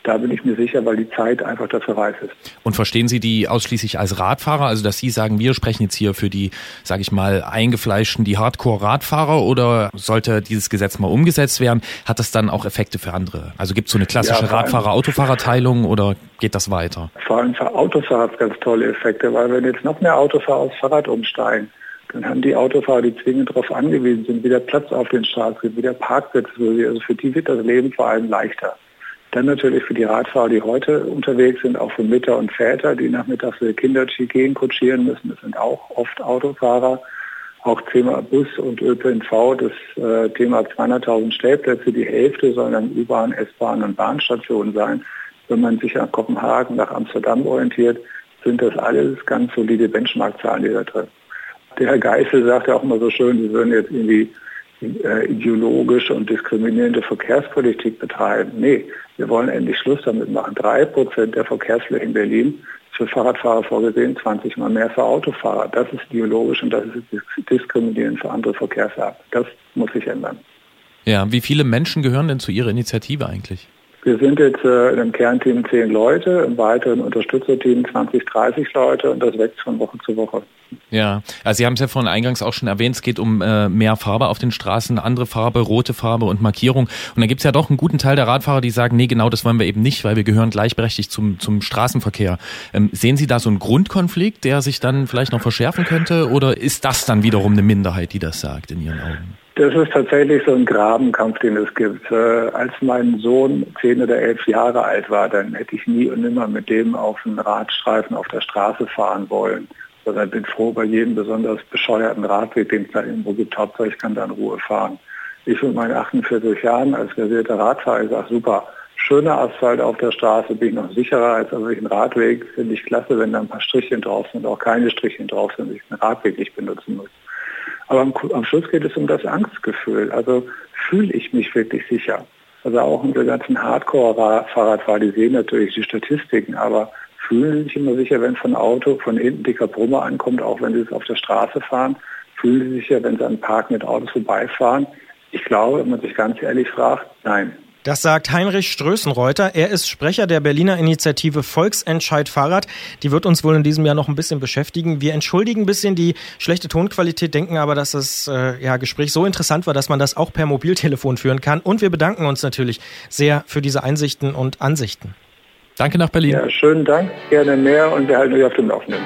Da bin ich mir sicher, weil die Zeit einfach dafür reif ist. Und verstehen Sie die ausschließlich als Radfahrer? Also dass Sie sagen, wir sprechen jetzt hier für die, sage ich mal, eingefleischten, die Hardcore-Radfahrer, oder sollte dieses Gesetz mal umgesetzt werden, hat das dann auch Effekte für andere? Also gibt es so eine klassische ja, Radfahrer-Autofahrer-Teilung oder geht das weiter? Vor allem für Autofahrer hat es ganz tolle Effekte, weil wenn jetzt noch mehr Autofahrer aufs Fahrrad umsteigen, dann haben die Autofahrer, die zwingend darauf angewiesen sind, wieder Platz auf den Straßen, wieder Parkplätze. Also für die wird das Leben vor allem leichter. Dann natürlich für die Radfahrer, die heute unterwegs sind, auch für Mütter und Väter, die nachmittags für Kinder Chicken kutschieren müssen. Das sind auch oft Autofahrer. Auch Thema Bus und Ö P N V, das äh, Thema zweihunderttausend Stellplätze, die Hälfte sollen dann U-Bahn, S-Bahn und Bahnstationen sein. Wenn man sich an Kopenhagen, nach Amsterdam orientiert, sind das alles ganz solide Benchmark-Zahlen, die da drin. Der Herr Geisel sagt ja auch immer so schön, sie würden jetzt irgendwie äh, ideologische und diskriminierende Verkehrspolitik betreiben. Nee, wir wollen endlich Schluss damit machen. Drei Prozent der Verkehrsfläche in Berlin ist für Fahrradfahrer vorgesehen, zwanzig Mal mehr für Autofahrer. Das ist ideologisch und das ist diskriminierend für andere Verkehrsarten. Das muss sich ändern. Ja, wie viele Menschen gehören denn zu Ihrer Initiative eigentlich? Wir sind jetzt äh, in einem Kernteam zehn Leute, im weiteren Unterstützerteam zwanzig, dreißig Leute und das wächst von Woche zu Woche. Ja, also Sie haben es ja vorhin eingangs auch schon erwähnt, es geht um äh, mehr Farbe auf den Straßen, andere Farbe, rote Farbe und Markierung. Und dann gibt es ja doch einen guten Teil der Radfahrer, die sagen, nee, genau das wollen wir eben nicht, weil wir gehören gleichberechtigt zum, zum Straßenverkehr. Ähm, sehen Sie da so einen Grundkonflikt, der sich dann vielleicht noch verschärfen könnte, oder ist das dann wiederum eine Minderheit, die das sagt in Ihren Augen? Das ist tatsächlich so ein Grabenkampf, den es gibt. Äh, als mein Sohn zehn oder elf Jahre alt war, dann hätte ich nie und nimmer mit dem auf einen Radstreifen auf der Straße fahren wollen. Sondern bin froh bei jedem besonders bescheuerten Radweg, den es da irgendwo gibt. Hauptsache ich kann da in Ruhe fahren. Ich mit meinen achtundvierzig Jahren als versierter Radfahrer, ich sage, super, schöner Asphalt auf der Straße, bin ich noch sicherer als auf einen Radweg. Finde ich klasse, wenn da ein paar Strichchen drauf sind, auch keine Strichchen drauf sind, wenn ich einen Radweg nicht benutzen muss. Aber am, am Schluss geht es um das Angstgefühl. Also fühle ich mich wirklich sicher. Also auch unsere ganzen Hardcore-Fahrradfahrer, die sehen natürlich die Statistiken, aber fühlen sich immer sicher, wenn von Auto von hinten dicker Brummer ankommt, auch wenn sie es auf der Straße fahren. Fühlen sie sich sicher, wenn sie an Parken mit Autos vorbeifahren. Ich glaube, wenn man sich ganz ehrlich fragt, nein. Das sagt Heinrich Strößenreuter. Er ist Sprecher der Berliner Initiative Volksentscheid Fahrrad. Die wird uns wohl in diesem Jahr noch ein bisschen beschäftigen. Wir entschuldigen ein bisschen die schlechte Tonqualität, denken aber, dass das äh, ja, Gespräch so interessant war, dass man das auch per Mobiltelefon führen kann. Und wir bedanken uns natürlich sehr für diese Einsichten und Ansichten. Danke nach Berlin. Ja, schönen Dank, gerne mehr und wir halten euch auf dem Laufenden.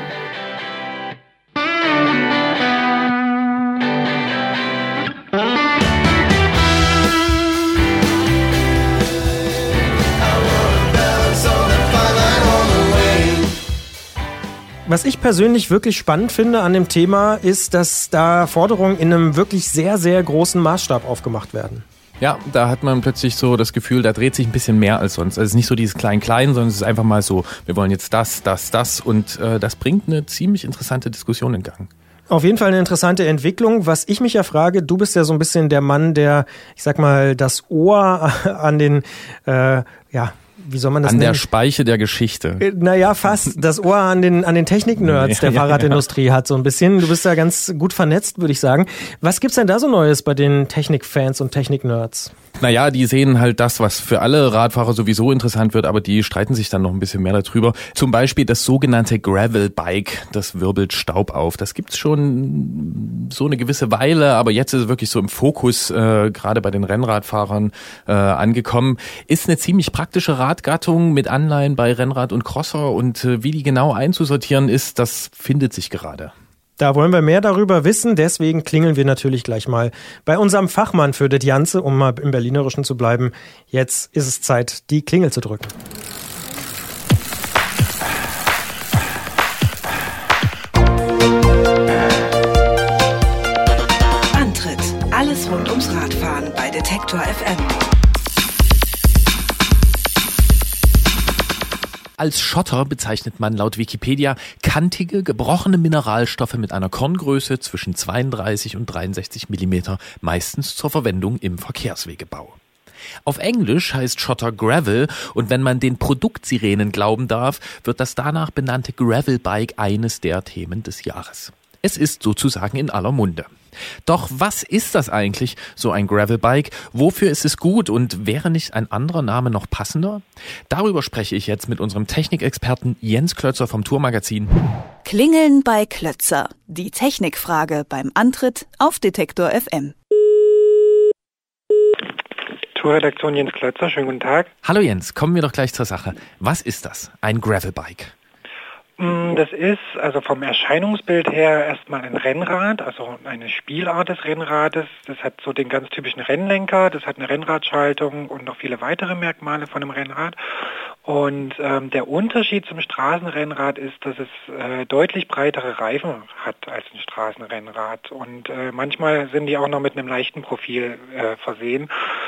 Was ich persönlich wirklich spannend finde an dem Thema ist, dass da Forderungen in einem wirklich sehr, sehr großen Maßstab aufgemacht werden. Ja, da hat man plötzlich so das Gefühl, da dreht sich ein bisschen mehr als sonst. Also es ist nicht so dieses Klein-Klein, sondern es ist einfach mal so, wir wollen jetzt das, das, das und äh, das bringt eine ziemlich interessante Diskussion in Gang. Auf jeden Fall eine interessante Entwicklung. Was ich mich ja frage, du bist ja so ein bisschen der Mann, der, ich sag mal, das Ohr an den, äh, ja, wie soll man das An nennen? der Speiche der Geschichte. Naja, fast. Das Ohr an den, an den Technik-Nerds der Fahrradindustrie hat so ein bisschen. Du bist ja ganz gut vernetzt, würde ich sagen. Was gibt's denn da so Neues bei den Technik-Fans und Technik-Nerds? Naja, die sehen halt das, was für alle Radfahrer sowieso interessant wird, aber die streiten sich dann noch ein bisschen mehr darüber. Zum Beispiel das sogenannte Gravel-Bike, das wirbelt Staub auf. Das gibt's schon so eine gewisse Weile, aber jetzt ist es wirklich so im Fokus, äh, gerade bei den Rennradfahrern äh, angekommen. Ist eine ziemlich praktische Radgattung mit Anleihen bei Rennrad und Crosser und äh, wie die genau einzusortieren ist, das findet sich gerade. Da wollen wir mehr darüber wissen, deswegen klingeln wir natürlich gleich mal bei unserem Fachmann für das Ganze, um mal im Berlinerischen zu bleiben. Jetzt ist es Zeit, die Klingel zu drücken. Antritt: Alles rund ums Radfahren bei Detektor F M. Als Schotter bezeichnet man laut Wikipedia kantige, gebrochene Mineralstoffe mit einer Korngröße zwischen zweiunddreißig und dreiundsechzig Millimeter, meistens zur Verwendung im Verkehrswegebau. Auf Englisch heißt Schotter Gravel und wenn man den Produktsirenen glauben darf, wird das danach benannte Gravelbike eines der Themen des Jahres. Es ist sozusagen in aller Munde. Doch was ist das eigentlich, so ein Gravelbike? Wofür ist es gut und wäre nicht ein anderer Name noch passender? Darüber spreche ich jetzt mit unserem Technikexperten Jens Klötzer vom Tourmagazin. Klingeln bei Klötzer. Die Technikfrage beim Antritt auf Detektor F M. Tourredaktion Jens Klötzer, schönen guten Tag. Hallo Jens, kommen wir doch gleich zur Sache. Was ist das, ein Gravelbike? Das ist also vom Erscheinungsbild her erstmal ein Rennrad, also eine Spielart des Rennrades. Das hat so den ganz typischen Rennlenker, das hat eine Rennradschaltung und noch viele weitere Merkmale von einem Rennrad. Und ähm, der Unterschied zum Straßenrennrad ist, dass es äh, deutlich breitere Reifen hat als ein Straßenrennrad. Und äh, manchmal sind die auch noch mit einem leichten Profil äh, versehen.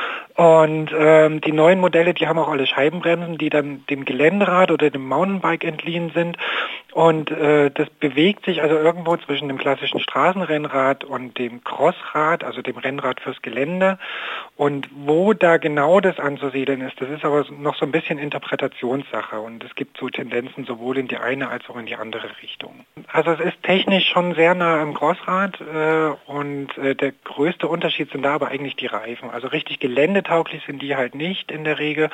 Und ähm, die neuen Modelle, die haben auch alle Scheibenbremsen, die dann dem Geländerad oder dem Mountainbike entliehen sind. Und äh, das bewegt sich also irgendwo zwischen dem klassischen Straßenrennrad und dem Crossrad, also dem Rennrad fürs Gelände. Und wo da genau das anzusiedeln ist, das ist aber noch so ein bisschen Interpretationssache. Und es gibt so Tendenzen sowohl in die eine als auch in die andere Richtung. Also es ist technisch schon sehr nah am Crossrad äh, und äh, der größte Unterschied sind da aber eigentlich die Reifen. Also richtig geländetauglich sind die halt nicht in der Regel.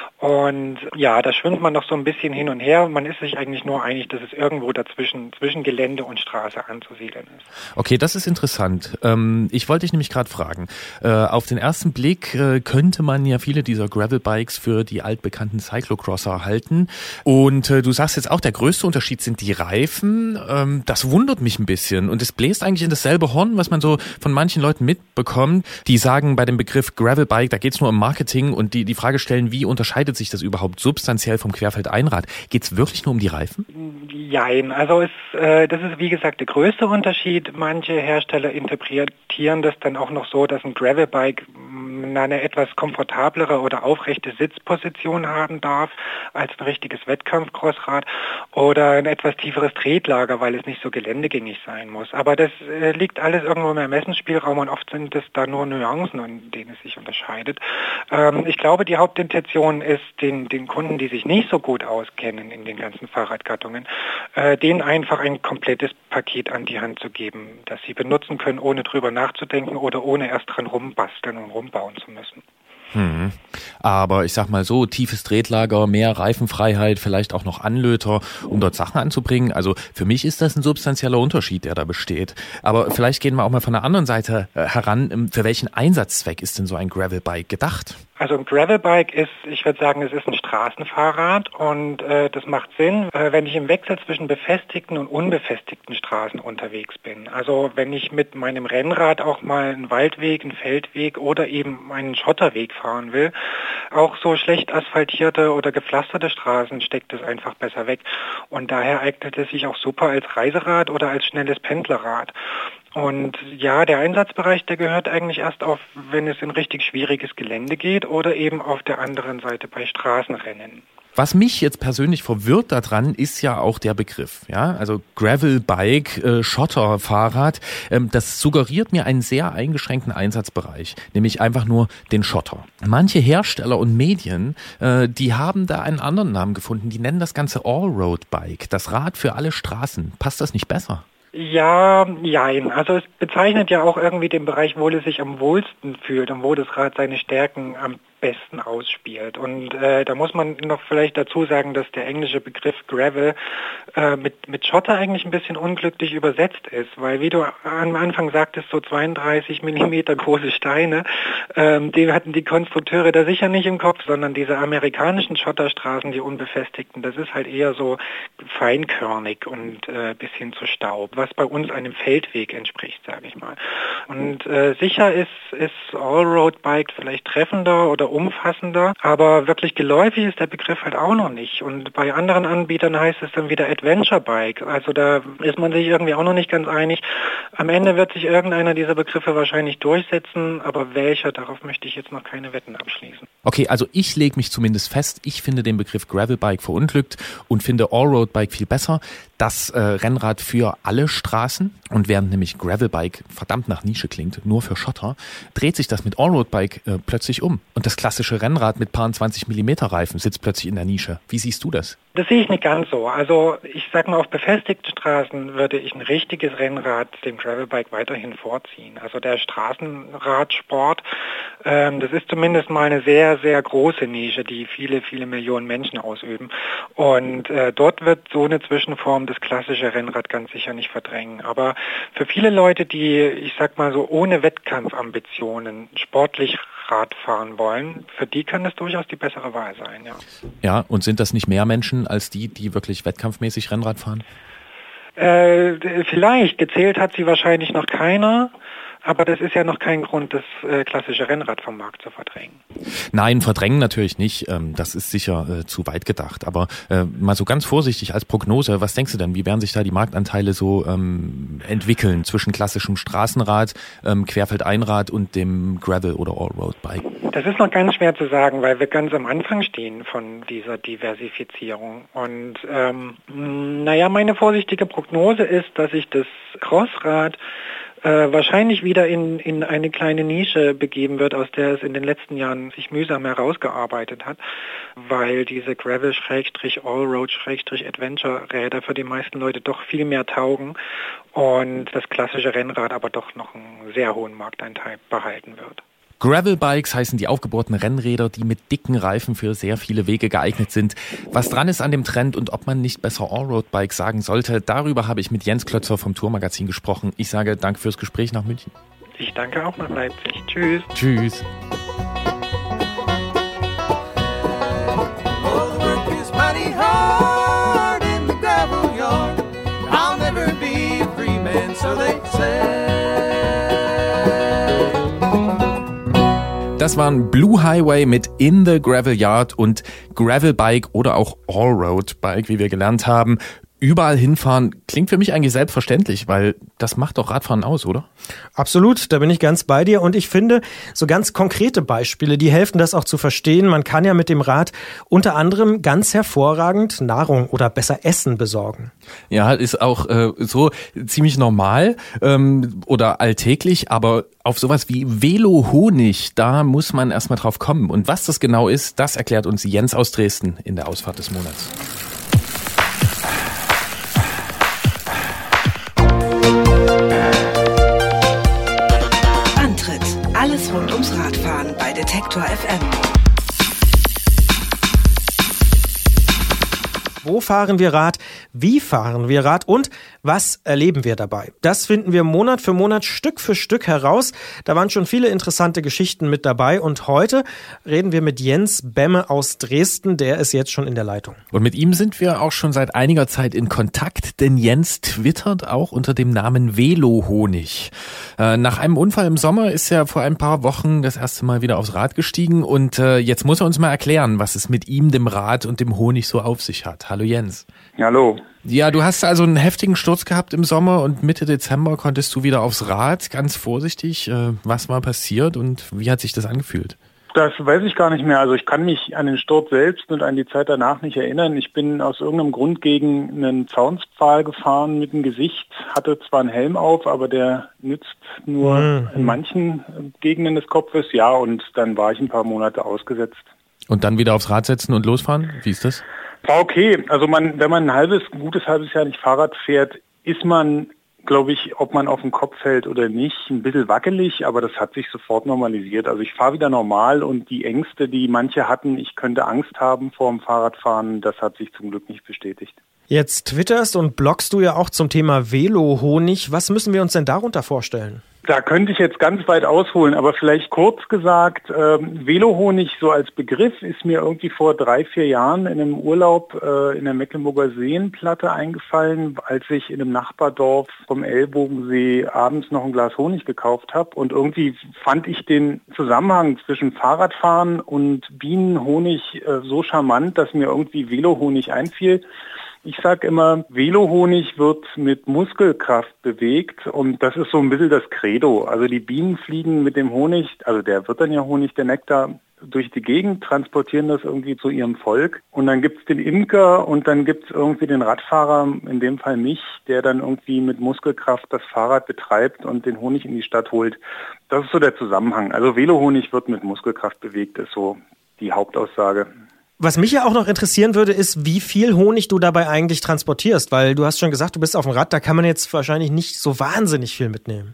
Und ja, da schwimmt man noch so ein bisschen hin und her. Man ist sich eigentlich nur einig, dass es irgendwo dazwischen, zwischen Gelände und Straße anzusiedeln ist. Okay, das ist interessant. Ähm, ich wollte dich nämlich gerade fragen. Äh, auf den ersten Blick äh, könnte man ja viele dieser Gravelbikes für die altbekannten Cyclocrosser halten. Und äh, du sagst jetzt auch, der größte Unterschied sind die Reifen. Ähm, das wundert mich ein bisschen. Und es bläst eigentlich in dasselbe Horn, was man so von manchen Leuten mitbekommt. Die sagen bei dem Begriff Gravelbike, da geht es nur um Marketing und die die Frage stellen, wie unterscheidet sich das überhaupt substanziell vom Querfeldeinrad? Geht es wirklich nur um die Reifen? Jein, also es, äh, das ist wie gesagt der größte Unterschied. Manche Hersteller interpretieren das dann auch noch so, dass ein Gravelbike eine etwas komfortablere oder aufrechte Sitzposition haben darf als ein richtiges Wettkampf-Crossrad oder ein etwas tieferes Tretlager, weil es nicht so geländegängig sein muss. Aber das äh, liegt alles irgendwo im Ermessensspielraum und oft sind es da nur Nuancen, in denen es sich unterscheidet. Ähm, ich glaube, die Hauptintention ist, den, den Kunden, die sich nicht so gut auskennen in den ganzen Fahrradgattungen, äh, denen einfach ein komplettes Paket an die Hand zu geben, das sie benutzen können, ohne drüber nachzudenken oder ohne erst dran rumbasteln und rumbauen zu müssen. Hm. Aber ich sag mal so, tiefes Tretlager, mehr Reifenfreiheit, vielleicht auch noch Anlöter, um dort Sachen anzubringen. Also für mich ist das ein substanzieller Unterschied, der da besteht. Aber vielleicht gehen wir auch mal von der anderen Seite heran. Für welchen Einsatzzweck ist denn so ein Gravelbike gedacht? Also ein Gravelbike ist, ich würde sagen, es ist ein Straßenfahrrad und äh, das macht Sinn, äh, wenn ich im Wechsel zwischen befestigten und unbefestigten Straßen unterwegs bin. Also wenn ich mit meinem Rennrad auch mal einen Waldweg, einen Feldweg oder eben einen Schotterweg fahren will, auch so schlecht asphaltierte oder gepflasterte Straßen steckt es einfach besser weg. Und daher eignet es sich auch super als Reiserad oder als schnelles Pendlerrad. Und ja, der Einsatzbereich, der gehört eigentlich erst auf, wenn es in richtig schwieriges Gelände geht oder eben auf der anderen Seite bei Straßenrennen. Was mich jetzt persönlich verwirrt daran, ist ja auch der Begriff. Ja, also Gravelbike, äh, Schotterfahrrad, ähm, das suggeriert mir einen sehr eingeschränkten Einsatzbereich, nämlich einfach nur den Schotter. Manche Hersteller und Medien, äh, die haben da einen anderen Namen gefunden. Die nennen das Ganze Allroad-Bike, das Rad für alle Straßen. Passt das nicht besser? Ja, jein. Also es bezeichnet ja auch irgendwie den Bereich, wo es sich am wohlsten fühlt und wo das Rad seine Stärken am besten ausspielt. Und äh, da muss man noch vielleicht dazu sagen, dass der englische Begriff Gravel äh, mit, mit Schotter eigentlich ein bisschen unglücklich übersetzt ist, weil wie du am Anfang sagtest, so zweiunddreißig Millimeter große Steine, ähm, die hatten die Konstrukteure da sicher nicht im Kopf, sondern diese amerikanischen Schotterstraßen, die unbefestigten, das ist halt eher so feinkörnig und äh, bis hin zu Staub, was bei uns einem Feldweg entspricht, sage ich mal. Und äh, sicher ist, ist Allroad-Bike vielleicht treffender oder umfassender, aber wirklich geläufig ist der Begriff halt auch noch nicht. Und bei anderen Anbietern heißt es dann wieder Adventure Bike. Also da ist man sich irgendwie auch noch nicht ganz einig. Am Ende wird sich irgendeiner dieser Begriffe wahrscheinlich durchsetzen, aber welcher, darauf möchte ich jetzt noch keine Wetten abschließen. Okay, also ich lege mich zumindest fest, ich finde den Begriff Gravelbike verunglückt und finde Allroad-Bike viel besser. Das äh, Rennrad für alle Straßen, und während nämlich Gravelbike verdammt nach Nische klingt, nur für Schotter, dreht sich das mit Allroad-Bike äh, plötzlich um. Und das klassische Rennrad mit paar zwanzig Millimeter Reifen sitzt plötzlich in der Nische. Wie siehst du das? Das sehe ich nicht ganz so. Also ich sag mal, auf befestigten Straßen würde ich ein richtiges Rennrad dem Gravelbike weiterhin vorziehen. Also der Straßenradsport, ähm, das ist zumindest mal eine sehr, sehr große Nische, die viele, viele Millionen Menschen ausüben. Und äh, dort wird so eine Zwischenform das klassische Rennrad ganz sicher nicht verdrängen. Aber für viele Leute, die, ich sag mal so, ohne Wettkampfambitionen sportlich Rad fahren wollen, für die kann das durchaus die bessere Wahl sein, ja. Ja, und sind das nicht mehr Menschen als die, die wirklich wettkampfmäßig Rennrad fahren? Äh, vielleicht. Gezählt hat sie wahrscheinlich noch keiner. Aber das ist ja noch kein Grund, das äh, klassische Rennrad vom Markt zu verdrängen. Nein, verdrängen natürlich nicht. Ähm, das ist sicher äh, zu weit gedacht. Aber äh, mal so ganz vorsichtig als Prognose, was denkst du denn, wie werden sich da die Marktanteile so ähm, entwickeln zwischen klassischem Straßenrad, ähm, Querfeldeinrad und dem Gravel- oder Allroad-Bike? Das ist noch ganz schwer zu sagen, weil wir ganz am Anfang stehen von dieser Diversifizierung. Und ähm, naja, meine vorsichtige Prognose ist, dass sich das Crossrad Äh, wahrscheinlich wieder in, in eine kleine Nische begeben wird, aus der es in den letzten Jahren sich mühsam herausgearbeitet hat, weil diese Gravel-Allroad-Adventure-Räder für die meisten Leute doch viel mehr taugen und das klassische Rennrad aber doch noch einen sehr hohen Marktanteil behalten wird. Gravelbikes heißen die aufgebohrten Rennräder, die mit dicken Reifen für sehr viele Wege geeignet sind. Was dran ist an dem Trend und ob man nicht besser Allroad-Bike sagen sollte, darüber habe ich mit Jens Klötzer vom Tourmagazin gesprochen. Ich sage danke fürs Gespräch nach München. Ich danke auch nach Leipzig. Tschüss. Tschüss. Das waren Blue Highway mit In the Gravel Yard und Gravelbike oder auch Allroad Bike, wie wir gelernt haben. Überall hinfahren klingt für mich eigentlich selbstverständlich, weil das macht doch Radfahren aus, oder? Absolut, da bin ich ganz bei dir und ich finde, so ganz konkrete Beispiele, die helfen das auch zu verstehen. Man kann ja mit dem Rad unter anderem ganz hervorragend Nahrung oder besser Essen besorgen. Ja, ist auch äh, so ziemlich normal ähm, oder alltäglich, aber auf sowas wie Velo-Honig, da muss man erstmal drauf kommen. Und was das genau ist, das erklärt uns Jens aus Dresden in der Ausfahrt des Monats. Alles rund ums Radfahren bei Detektor F M. Wo fahren wir Rad? Wie fahren wir Rad? Und was erleben wir dabei? Das finden wir Monat für Monat Stück für Stück heraus. Da waren schon viele interessante Geschichten mit dabei. Und heute reden wir mit Jens Bemme aus Dresden. Der ist jetzt schon in der Leitung. Und mit ihm sind wir auch schon seit einiger Zeit in Kontakt, denn Jens twittert auch unter dem Namen Velo-Honig. Äh, nach einem Unfall im Sommer ist er vor ein paar Wochen das erste Mal wieder aufs Rad gestiegen. Und äh, jetzt muss er uns mal erklären, was es mit ihm, dem Rad und dem Honig so auf sich hat. Hallo Jens. Hallo. Ja, du hast also einen heftigen Sturz gehabt im Sommer und Mitte Dezember konntest du wieder aufs Rad. Ganz vorsichtig, was war passiert und wie hat sich das angefühlt? Das weiß ich gar nicht mehr. Also ich kann mich an den Sturz selbst und an die Zeit danach nicht erinnern. Ich bin aus irgendeinem Grund gegen einen Zaunspfahl gefahren mit dem Gesicht, hatte zwar einen Helm auf, aber der nützt nur mhm. in manchen Gegenden des Kopfes. Ja, und dann war ich ein paar Monate ausgesetzt. Und dann wieder aufs Rad setzen und losfahren? Wie ist das? War okay. Also man, wenn man ein halbes, ein gutes halbes Jahr nicht Fahrrad fährt, ist man, glaube ich, ob man auf den Kopf fällt oder nicht, ein bisschen wackelig, aber das hat sich sofort normalisiert. Also ich fahre wieder normal und die Ängste, die manche hatten, ich könnte Angst haben vor dem Fahrradfahren, das hat sich zum Glück nicht bestätigt. Jetzt twitterst und bloggst du ja auch zum Thema Velo-Honig. Was müssen wir uns denn darunter vorstellen? Da könnte ich jetzt ganz weit ausholen, aber vielleicht kurz gesagt, ähm, Velo-Honig so als Begriff ist mir irgendwie vor drei, vier Jahren in einem Urlaub äh, in der Mecklenburger Seenplatte eingefallen, als ich in einem Nachbardorf vom Ellbogensee abends noch ein Glas Honig gekauft habe. Und irgendwie fand ich den Zusammenhang zwischen Fahrradfahren und Bienenhonig äh, so charmant, dass mir irgendwie Velo-Honig einfiel. Ich sage immer, Velo-Honig wird mit Muskelkraft bewegt und das ist so ein bisschen das Credo. Also die Bienen fliegen mit dem Honig, also der wird dann ja Honig, der Nektar, durch die Gegend, transportieren das irgendwie zu ihrem Volk. Und dann gibt's den Imker und dann gibt's irgendwie den Radfahrer, in dem Fall mich, der dann irgendwie mit Muskelkraft das Fahrrad betreibt und den Honig in die Stadt holt. Das ist so der Zusammenhang. Also Velohonig wird mit Muskelkraft bewegt, ist so die Hauptaussage. Was mich ja auch noch interessieren würde, ist, wie viel Honig du dabei eigentlich transportierst, weil du hast schon gesagt, du bist auf dem Rad, da kann man jetzt wahrscheinlich nicht so wahnsinnig viel mitnehmen.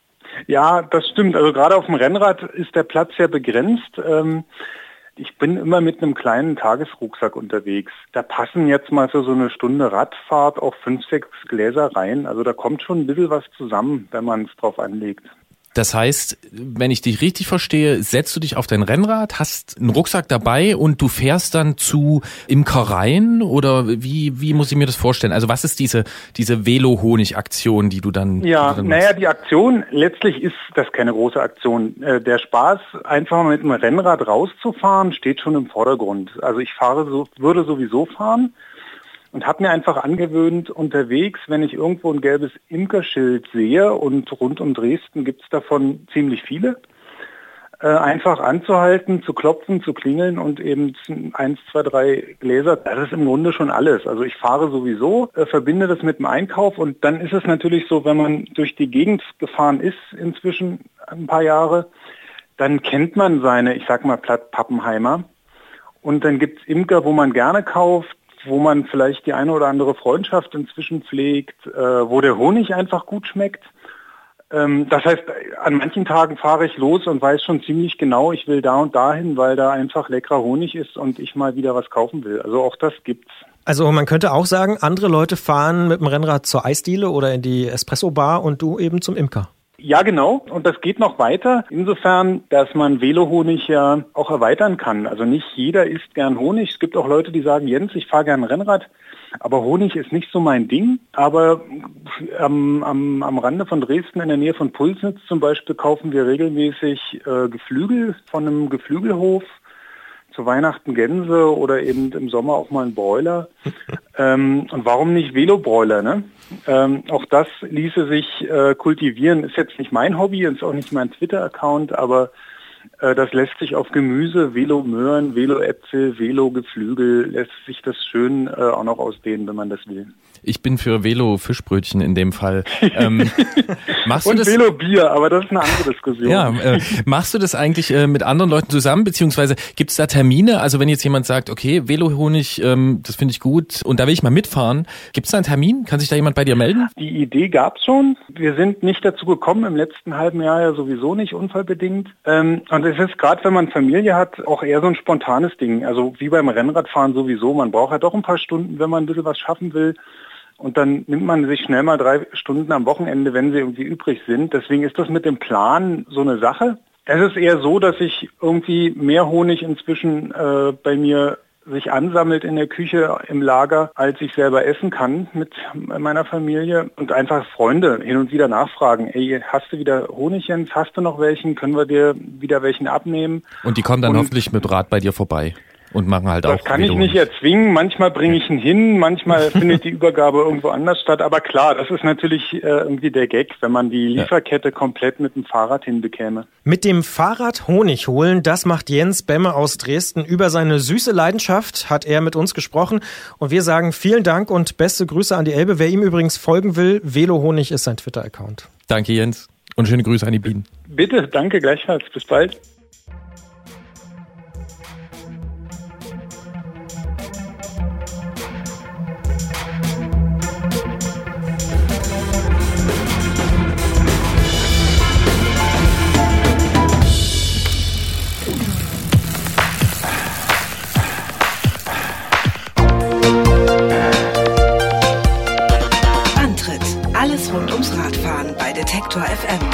Ja, das stimmt. Also gerade auf dem Rennrad ist der Platz sehr begrenzt. Ähm, ich bin immer mit einem kleinen Tagesrucksack unterwegs. Da passen jetzt mal für so eine Stunde Radfahrt auch fünf, sechs Gläser rein. Also da kommt schon ein bisschen was zusammen, wenn man es drauf anlegt. Das heißt, wenn ich dich richtig verstehe, setzt du dich auf dein Rennrad, hast einen Rucksack dabei und du fährst dann zu Imkereien oder wie wie muss ich mir das vorstellen? Also was ist diese diese Velo-Honig-Aktion, die du dann Ja, die du dann naja, die Aktion, letztlich ist das keine große Aktion. Der Spaß, einfach mal mit dem Rennrad rauszufahren, steht schon im Vordergrund. Also ich fahre so, würde sowieso fahren. Und habe mir einfach angewöhnt, unterwegs, wenn ich irgendwo ein gelbes Imkerschild sehe, und rund um Dresden gibt's davon ziemlich viele, äh, einfach anzuhalten, zu klopfen, zu klingeln und eben eins, zwei, drei Gläser. Das ist im Grunde schon alles. Also ich fahre sowieso, äh, verbinde das mit dem Einkauf, und dann ist es natürlich so, wenn man durch die Gegend gefahren ist inzwischen ein paar Jahre, dann kennt man seine, ich sag mal platt, Pappenheimer. Und dann gibt's Imker, wo man gerne kauft, wo man vielleicht die eine oder andere Freundschaft inzwischen pflegt, äh, wo der Honig einfach gut schmeckt. Ähm, das heißt, an manchen Tagen fahre ich los und weiß schon ziemlich genau, ich will da und dahin, weil da einfach leckerer Honig ist und ich mal wieder was kaufen will. Also auch das gibt's. Also man könnte auch sagen, andere Leute fahren mit dem Rennrad zur Eisdiele oder in die Espresso-Bar und du eben zum Imker. Ja, genau. Und das geht noch weiter. Insofern, dass man Velohonig ja auch erweitern kann. Also nicht jeder isst gern Honig. Es gibt auch Leute, die sagen, Jens, ich fahre gern Rennrad, aber Honig ist nicht so mein Ding. Aber am, am, am Rande von Dresden, in der Nähe von Pulsnitz zum Beispiel, kaufen wir regelmäßig äh, Geflügel von einem Geflügelhof. Zu Weihnachten Gänse oder eben im Sommer auch mal ein Broiler. ähm, und warum nicht Velobroiler, ne? Ähm, auch das ließe sich äh, kultivieren. Ist jetzt nicht mein Hobby, ist auch nicht mein Twitter-Account, aber äh, das lässt sich auf Gemüse, Velomöhren, Veloäpfel, Velogeflügel, lässt sich das schön äh, auch noch ausdehnen, wenn man das will. Ich bin für Velo-Fischbrötchen in dem Fall. Ähm, machst Und du das? Velo-Bier, aber das ist eine andere Diskussion. Ja, äh, machst du das eigentlich äh, mit anderen Leuten zusammen, beziehungsweise gibt es da Termine? Also wenn jetzt jemand sagt, okay, Velohonig, ähm, das finde ich gut und da will ich mal mitfahren, gibt es da einen Termin? Kann sich da jemand bei dir melden? Die Idee gab's schon. Wir sind nicht dazu gekommen, im letzten halben Jahr ja sowieso nicht, unfallbedingt. Ähm, und es ist gerade, wenn man Familie hat, auch eher so ein spontanes Ding. Also wie beim Rennradfahren sowieso. Man braucht ja doch ein paar Stunden, wenn man ein bisschen was schaffen will. Und dann nimmt man sich schnell mal drei Stunden am Wochenende, wenn sie irgendwie übrig sind. Deswegen ist das mit dem Plan so eine Sache. Es ist eher so, dass ich irgendwie mehr Honig inzwischen äh, bei mir sich ansammelt in der Küche, im Lager, als ich selber essen kann mit meiner Familie. Und einfach Freunde hin und wieder nachfragen, ey, hast du wieder Honig, Jens? Hast du noch welchen? Können wir dir wieder welchen abnehmen? Und die kommen dann und hoffentlich mit Rad bei dir vorbei. Und machen halt auch. Das kann ich nicht erzwingen. Manchmal bringe ich ihn hin, manchmal findet die Übergabe irgendwo anders statt. Aber klar, das ist natürlich äh, irgendwie der Gag, wenn man die Lieferkette ja. komplett mit dem Fahrrad hinbekäme. Mit dem Fahrrad Honig holen, das macht Jens Bemme aus Dresden. Über seine süße Leidenschaft hat er mit uns gesprochen. Und wir sagen vielen Dank und beste Grüße an die Elbe. Wer ihm übrigens folgen will, Velohonig ist sein Twitter-Account. Danke, Jens. Und schöne Grüße an die Bienen. Bitte, danke gleichfalls. Bis bald. Alles rund ums Radfahren bei Detektor F M.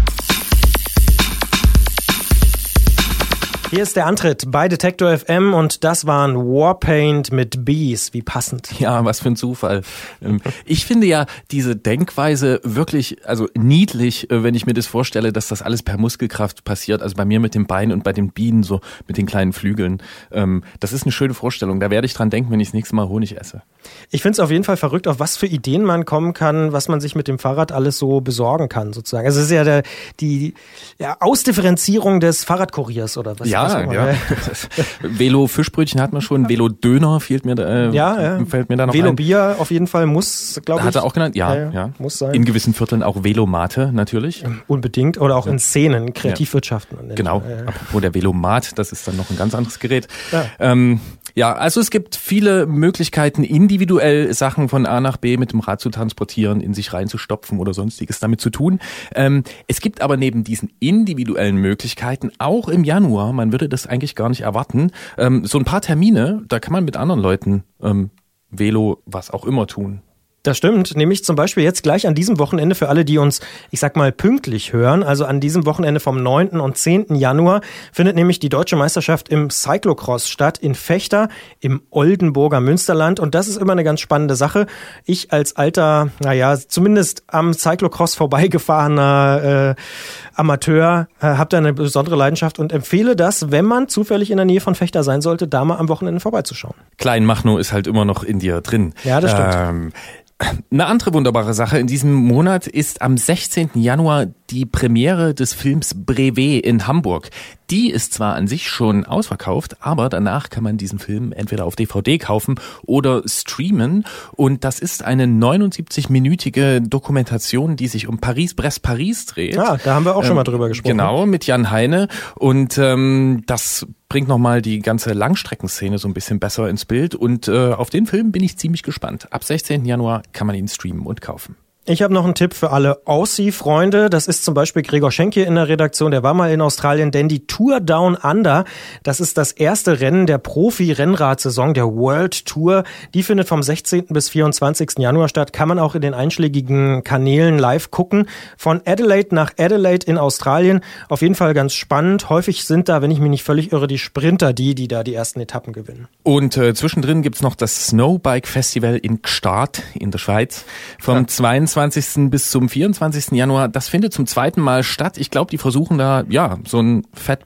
Hier ist der Antritt bei Detektor F M und das waren Warpaint mit Bees. Wie passend. Ja, was für ein Zufall. Ich finde ja diese Denkweise wirklich, also niedlich, wenn ich mir das vorstelle, dass das alles per Muskelkraft passiert. Also bei mir mit dem Bein und bei den Bienen so mit den kleinen Flügeln. Das ist eine schöne Vorstellung. Da werde ich dran denken, wenn ich das nächste Mal Honig esse. Ich finde es auf jeden Fall verrückt, auf was für Ideen man kommen kann, was man sich mit dem Fahrrad alles so besorgen kann, sozusagen. Also es ist ja der, die ja, Ausdifferenzierung des Fahrradkuriers oder was. Ja, was ja. Velo-Fischbrötchen hat man schon, Velo-Döner fehlt mir, äh, ja, ja. fällt mir da noch Velo-Bier ein. auf jeden Fall muss, glaube ich. Hat er auch genannt? Ja, ja, ja. Muss sein. In gewissen Vierteln auch Velomate natürlich. Unbedingt. Oder auch in Szenen, Kreativwirtschaften. Ja. Genau. Ja. Apropos der Velomat, das ist dann noch ein ganz anderes Gerät. Ja. Ähm, ja, also es gibt viele Möglichkeiten, individuell Sachen von A nach B mit dem Rad zu transportieren, in sich reinzustopfen oder sonstiges damit zu tun. Ähm, es gibt aber neben diesen individuellen Möglichkeiten auch im Januar, man würde das eigentlich gar nicht erwarten, ähm, so ein paar Termine, da kann man mit anderen Leuten ähm, Velo, was auch immer tun. Das stimmt, nämlich zum Beispiel jetzt gleich an diesem Wochenende für alle, die uns, ich sag mal, pünktlich hören. Also an diesem Wochenende vom neunten und zehnten Januar findet nämlich die Deutsche Meisterschaft im Cyclocross statt in Vechta im Oldenburger Münsterland. Und das ist immer eine ganz spannende Sache. Ich als alter, naja, zumindest am Cyclocross vorbeigefahrener äh, Amateur äh, habe da eine besondere Leidenschaft und empfehle das, wenn man zufällig in der Nähe von Vechta sein sollte, da mal am Wochenende vorbeizuschauen. Kleinmachnow ist halt immer noch in dir drin. Ja, das stimmt. Ähm, Eine andere wunderbare Sache in diesem Monat ist am sechzehnten Januar die Premiere des Films Brevet in Hamburg. Die ist zwar an sich schon ausverkauft, aber danach kann man diesen Film entweder auf D V D kaufen oder streamen. Und das ist eine neunundsiebzig-minütige Dokumentation, die sich um Paris-Brest-Paris dreht. Ja, da haben wir auch schon ähm, mal drüber gesprochen. Genau, mit Jan Heine. Und ähm, das bringt nochmal die ganze Langstreckenszene so ein bisschen besser ins Bild. Und äh, auf den Film bin ich ziemlich gespannt. Ab sechzehnten Januar kann man ihn streamen und kaufen. Ich habe noch einen Tipp für alle Aussie-Freunde. Das ist zum Beispiel Gregor Schenk hier in der Redaktion. Der war mal in Australien, denn die Tour Down Under, das ist das erste Rennen der Profi-Rennradsaison, der World Tour. Die findet vom sechzehnten bis vierundzwanzigsten Januar statt. Kann man auch in den einschlägigen Kanälen live gucken. Von Adelaide nach Adelaide in Australien. Auf jeden Fall ganz spannend. Häufig sind da, wenn ich mich nicht völlig irre, die Sprinter die, die da die ersten Etappen gewinnen. Und äh, zwischendrin gibt's noch das Snowbike Festival in Gstaad in der Schweiz vom ja. zweiundzwanzigsten bis zum vierundzwanzigsten Januar. Das findet zum zweiten Mal statt. Ich glaube, die versuchen da ja so ein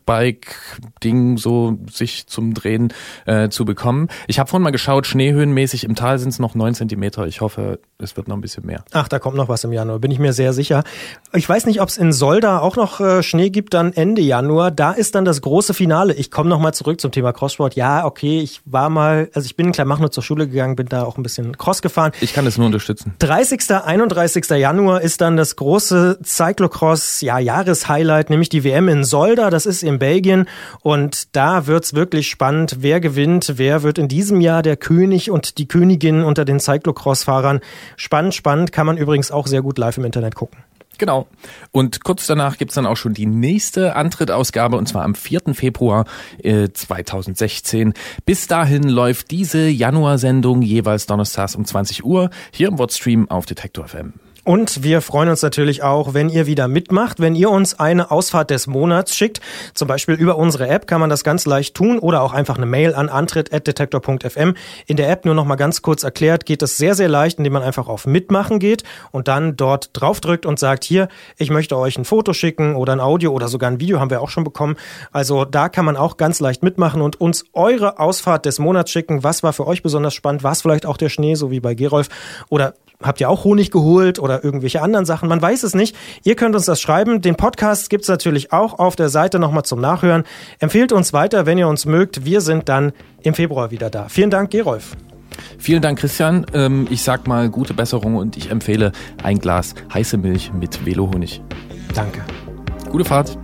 Fatbike-Ding so sich zum Drehen äh, zu bekommen. Ich habe vorhin mal geschaut, schneehöhenmäßig im Tal sind es noch neun Zentimeter. Ich hoffe, es wird noch ein bisschen mehr. Ach, da kommt noch was im Januar, bin ich mir sehr sicher. Ich weiß nicht, ob es in Solda auch noch äh, Schnee gibt, dann Ende Januar. Da ist dann das große Finale. Ich komme noch mal zurück zum Thema Crosssport. Ja, okay, ich war mal, also ich bin in Kleinmachnow zur Schule gegangen, bin da auch ein bisschen Cross gefahren. Ich kann das nur unterstützen. dreißigsten einunddreißigsten Januar ist dann das große Cyclocross, ja, Jahreshighlight, nämlich die W M in Solda. Das ist in Belgien und da wird's wirklich spannend. Wer gewinnt? Wer wird in diesem Jahr der König und die Königin unter den Cyclocross-Fahrern? Spannend, spannend. Kann man übrigens auch sehr gut live im Internet gucken. Genau. Und kurz danach gibt's dann auch schon die nächste Antrittausgabe und zwar am vierten Februar äh, zweitausendsechzehn. Bis dahin läuft diese Januarsendung jeweils donnerstags um zwanzig Uhr hier im Wordstream auf Detektor F M. Und wir freuen uns natürlich auch, wenn ihr wieder mitmacht, wenn ihr uns eine Ausfahrt des Monats schickt. Zum Beispiel über unsere App kann man das ganz leicht tun oder auch einfach eine Mail an antritt at detektor punkt f m. In der App nur noch mal ganz kurz erklärt, geht das sehr, sehr leicht, indem man einfach auf Mitmachen geht und dann dort draufdrückt und sagt, hier, ich möchte euch ein Foto schicken oder ein Audio oder sogar ein Video, haben wir auch schon bekommen. Also da kann man auch ganz leicht mitmachen und uns eure Ausfahrt des Monats schicken. Was war für euch besonders spannend? War es vielleicht auch der Schnee, so wie bei Gerolf? Oder habt ihr auch Honig geholt oder irgendwelche anderen Sachen? Man weiß es nicht. Ihr könnt uns das schreiben. Den Podcast gibt's natürlich auch auf der Seite nochmal zum Nachhören. Empfehlt uns weiter, wenn ihr uns mögt. Wir sind dann im Februar wieder da. Vielen Dank, Gerolf. Vielen Dank, Christian. Ähm, ich sag mal gute Besserung und ich empfehle ein Glas heiße Milch mit Velohonig. Danke. Gute Fahrt.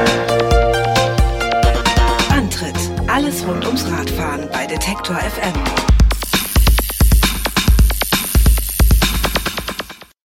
Alles rund ums Radfahren bei Detektor F M.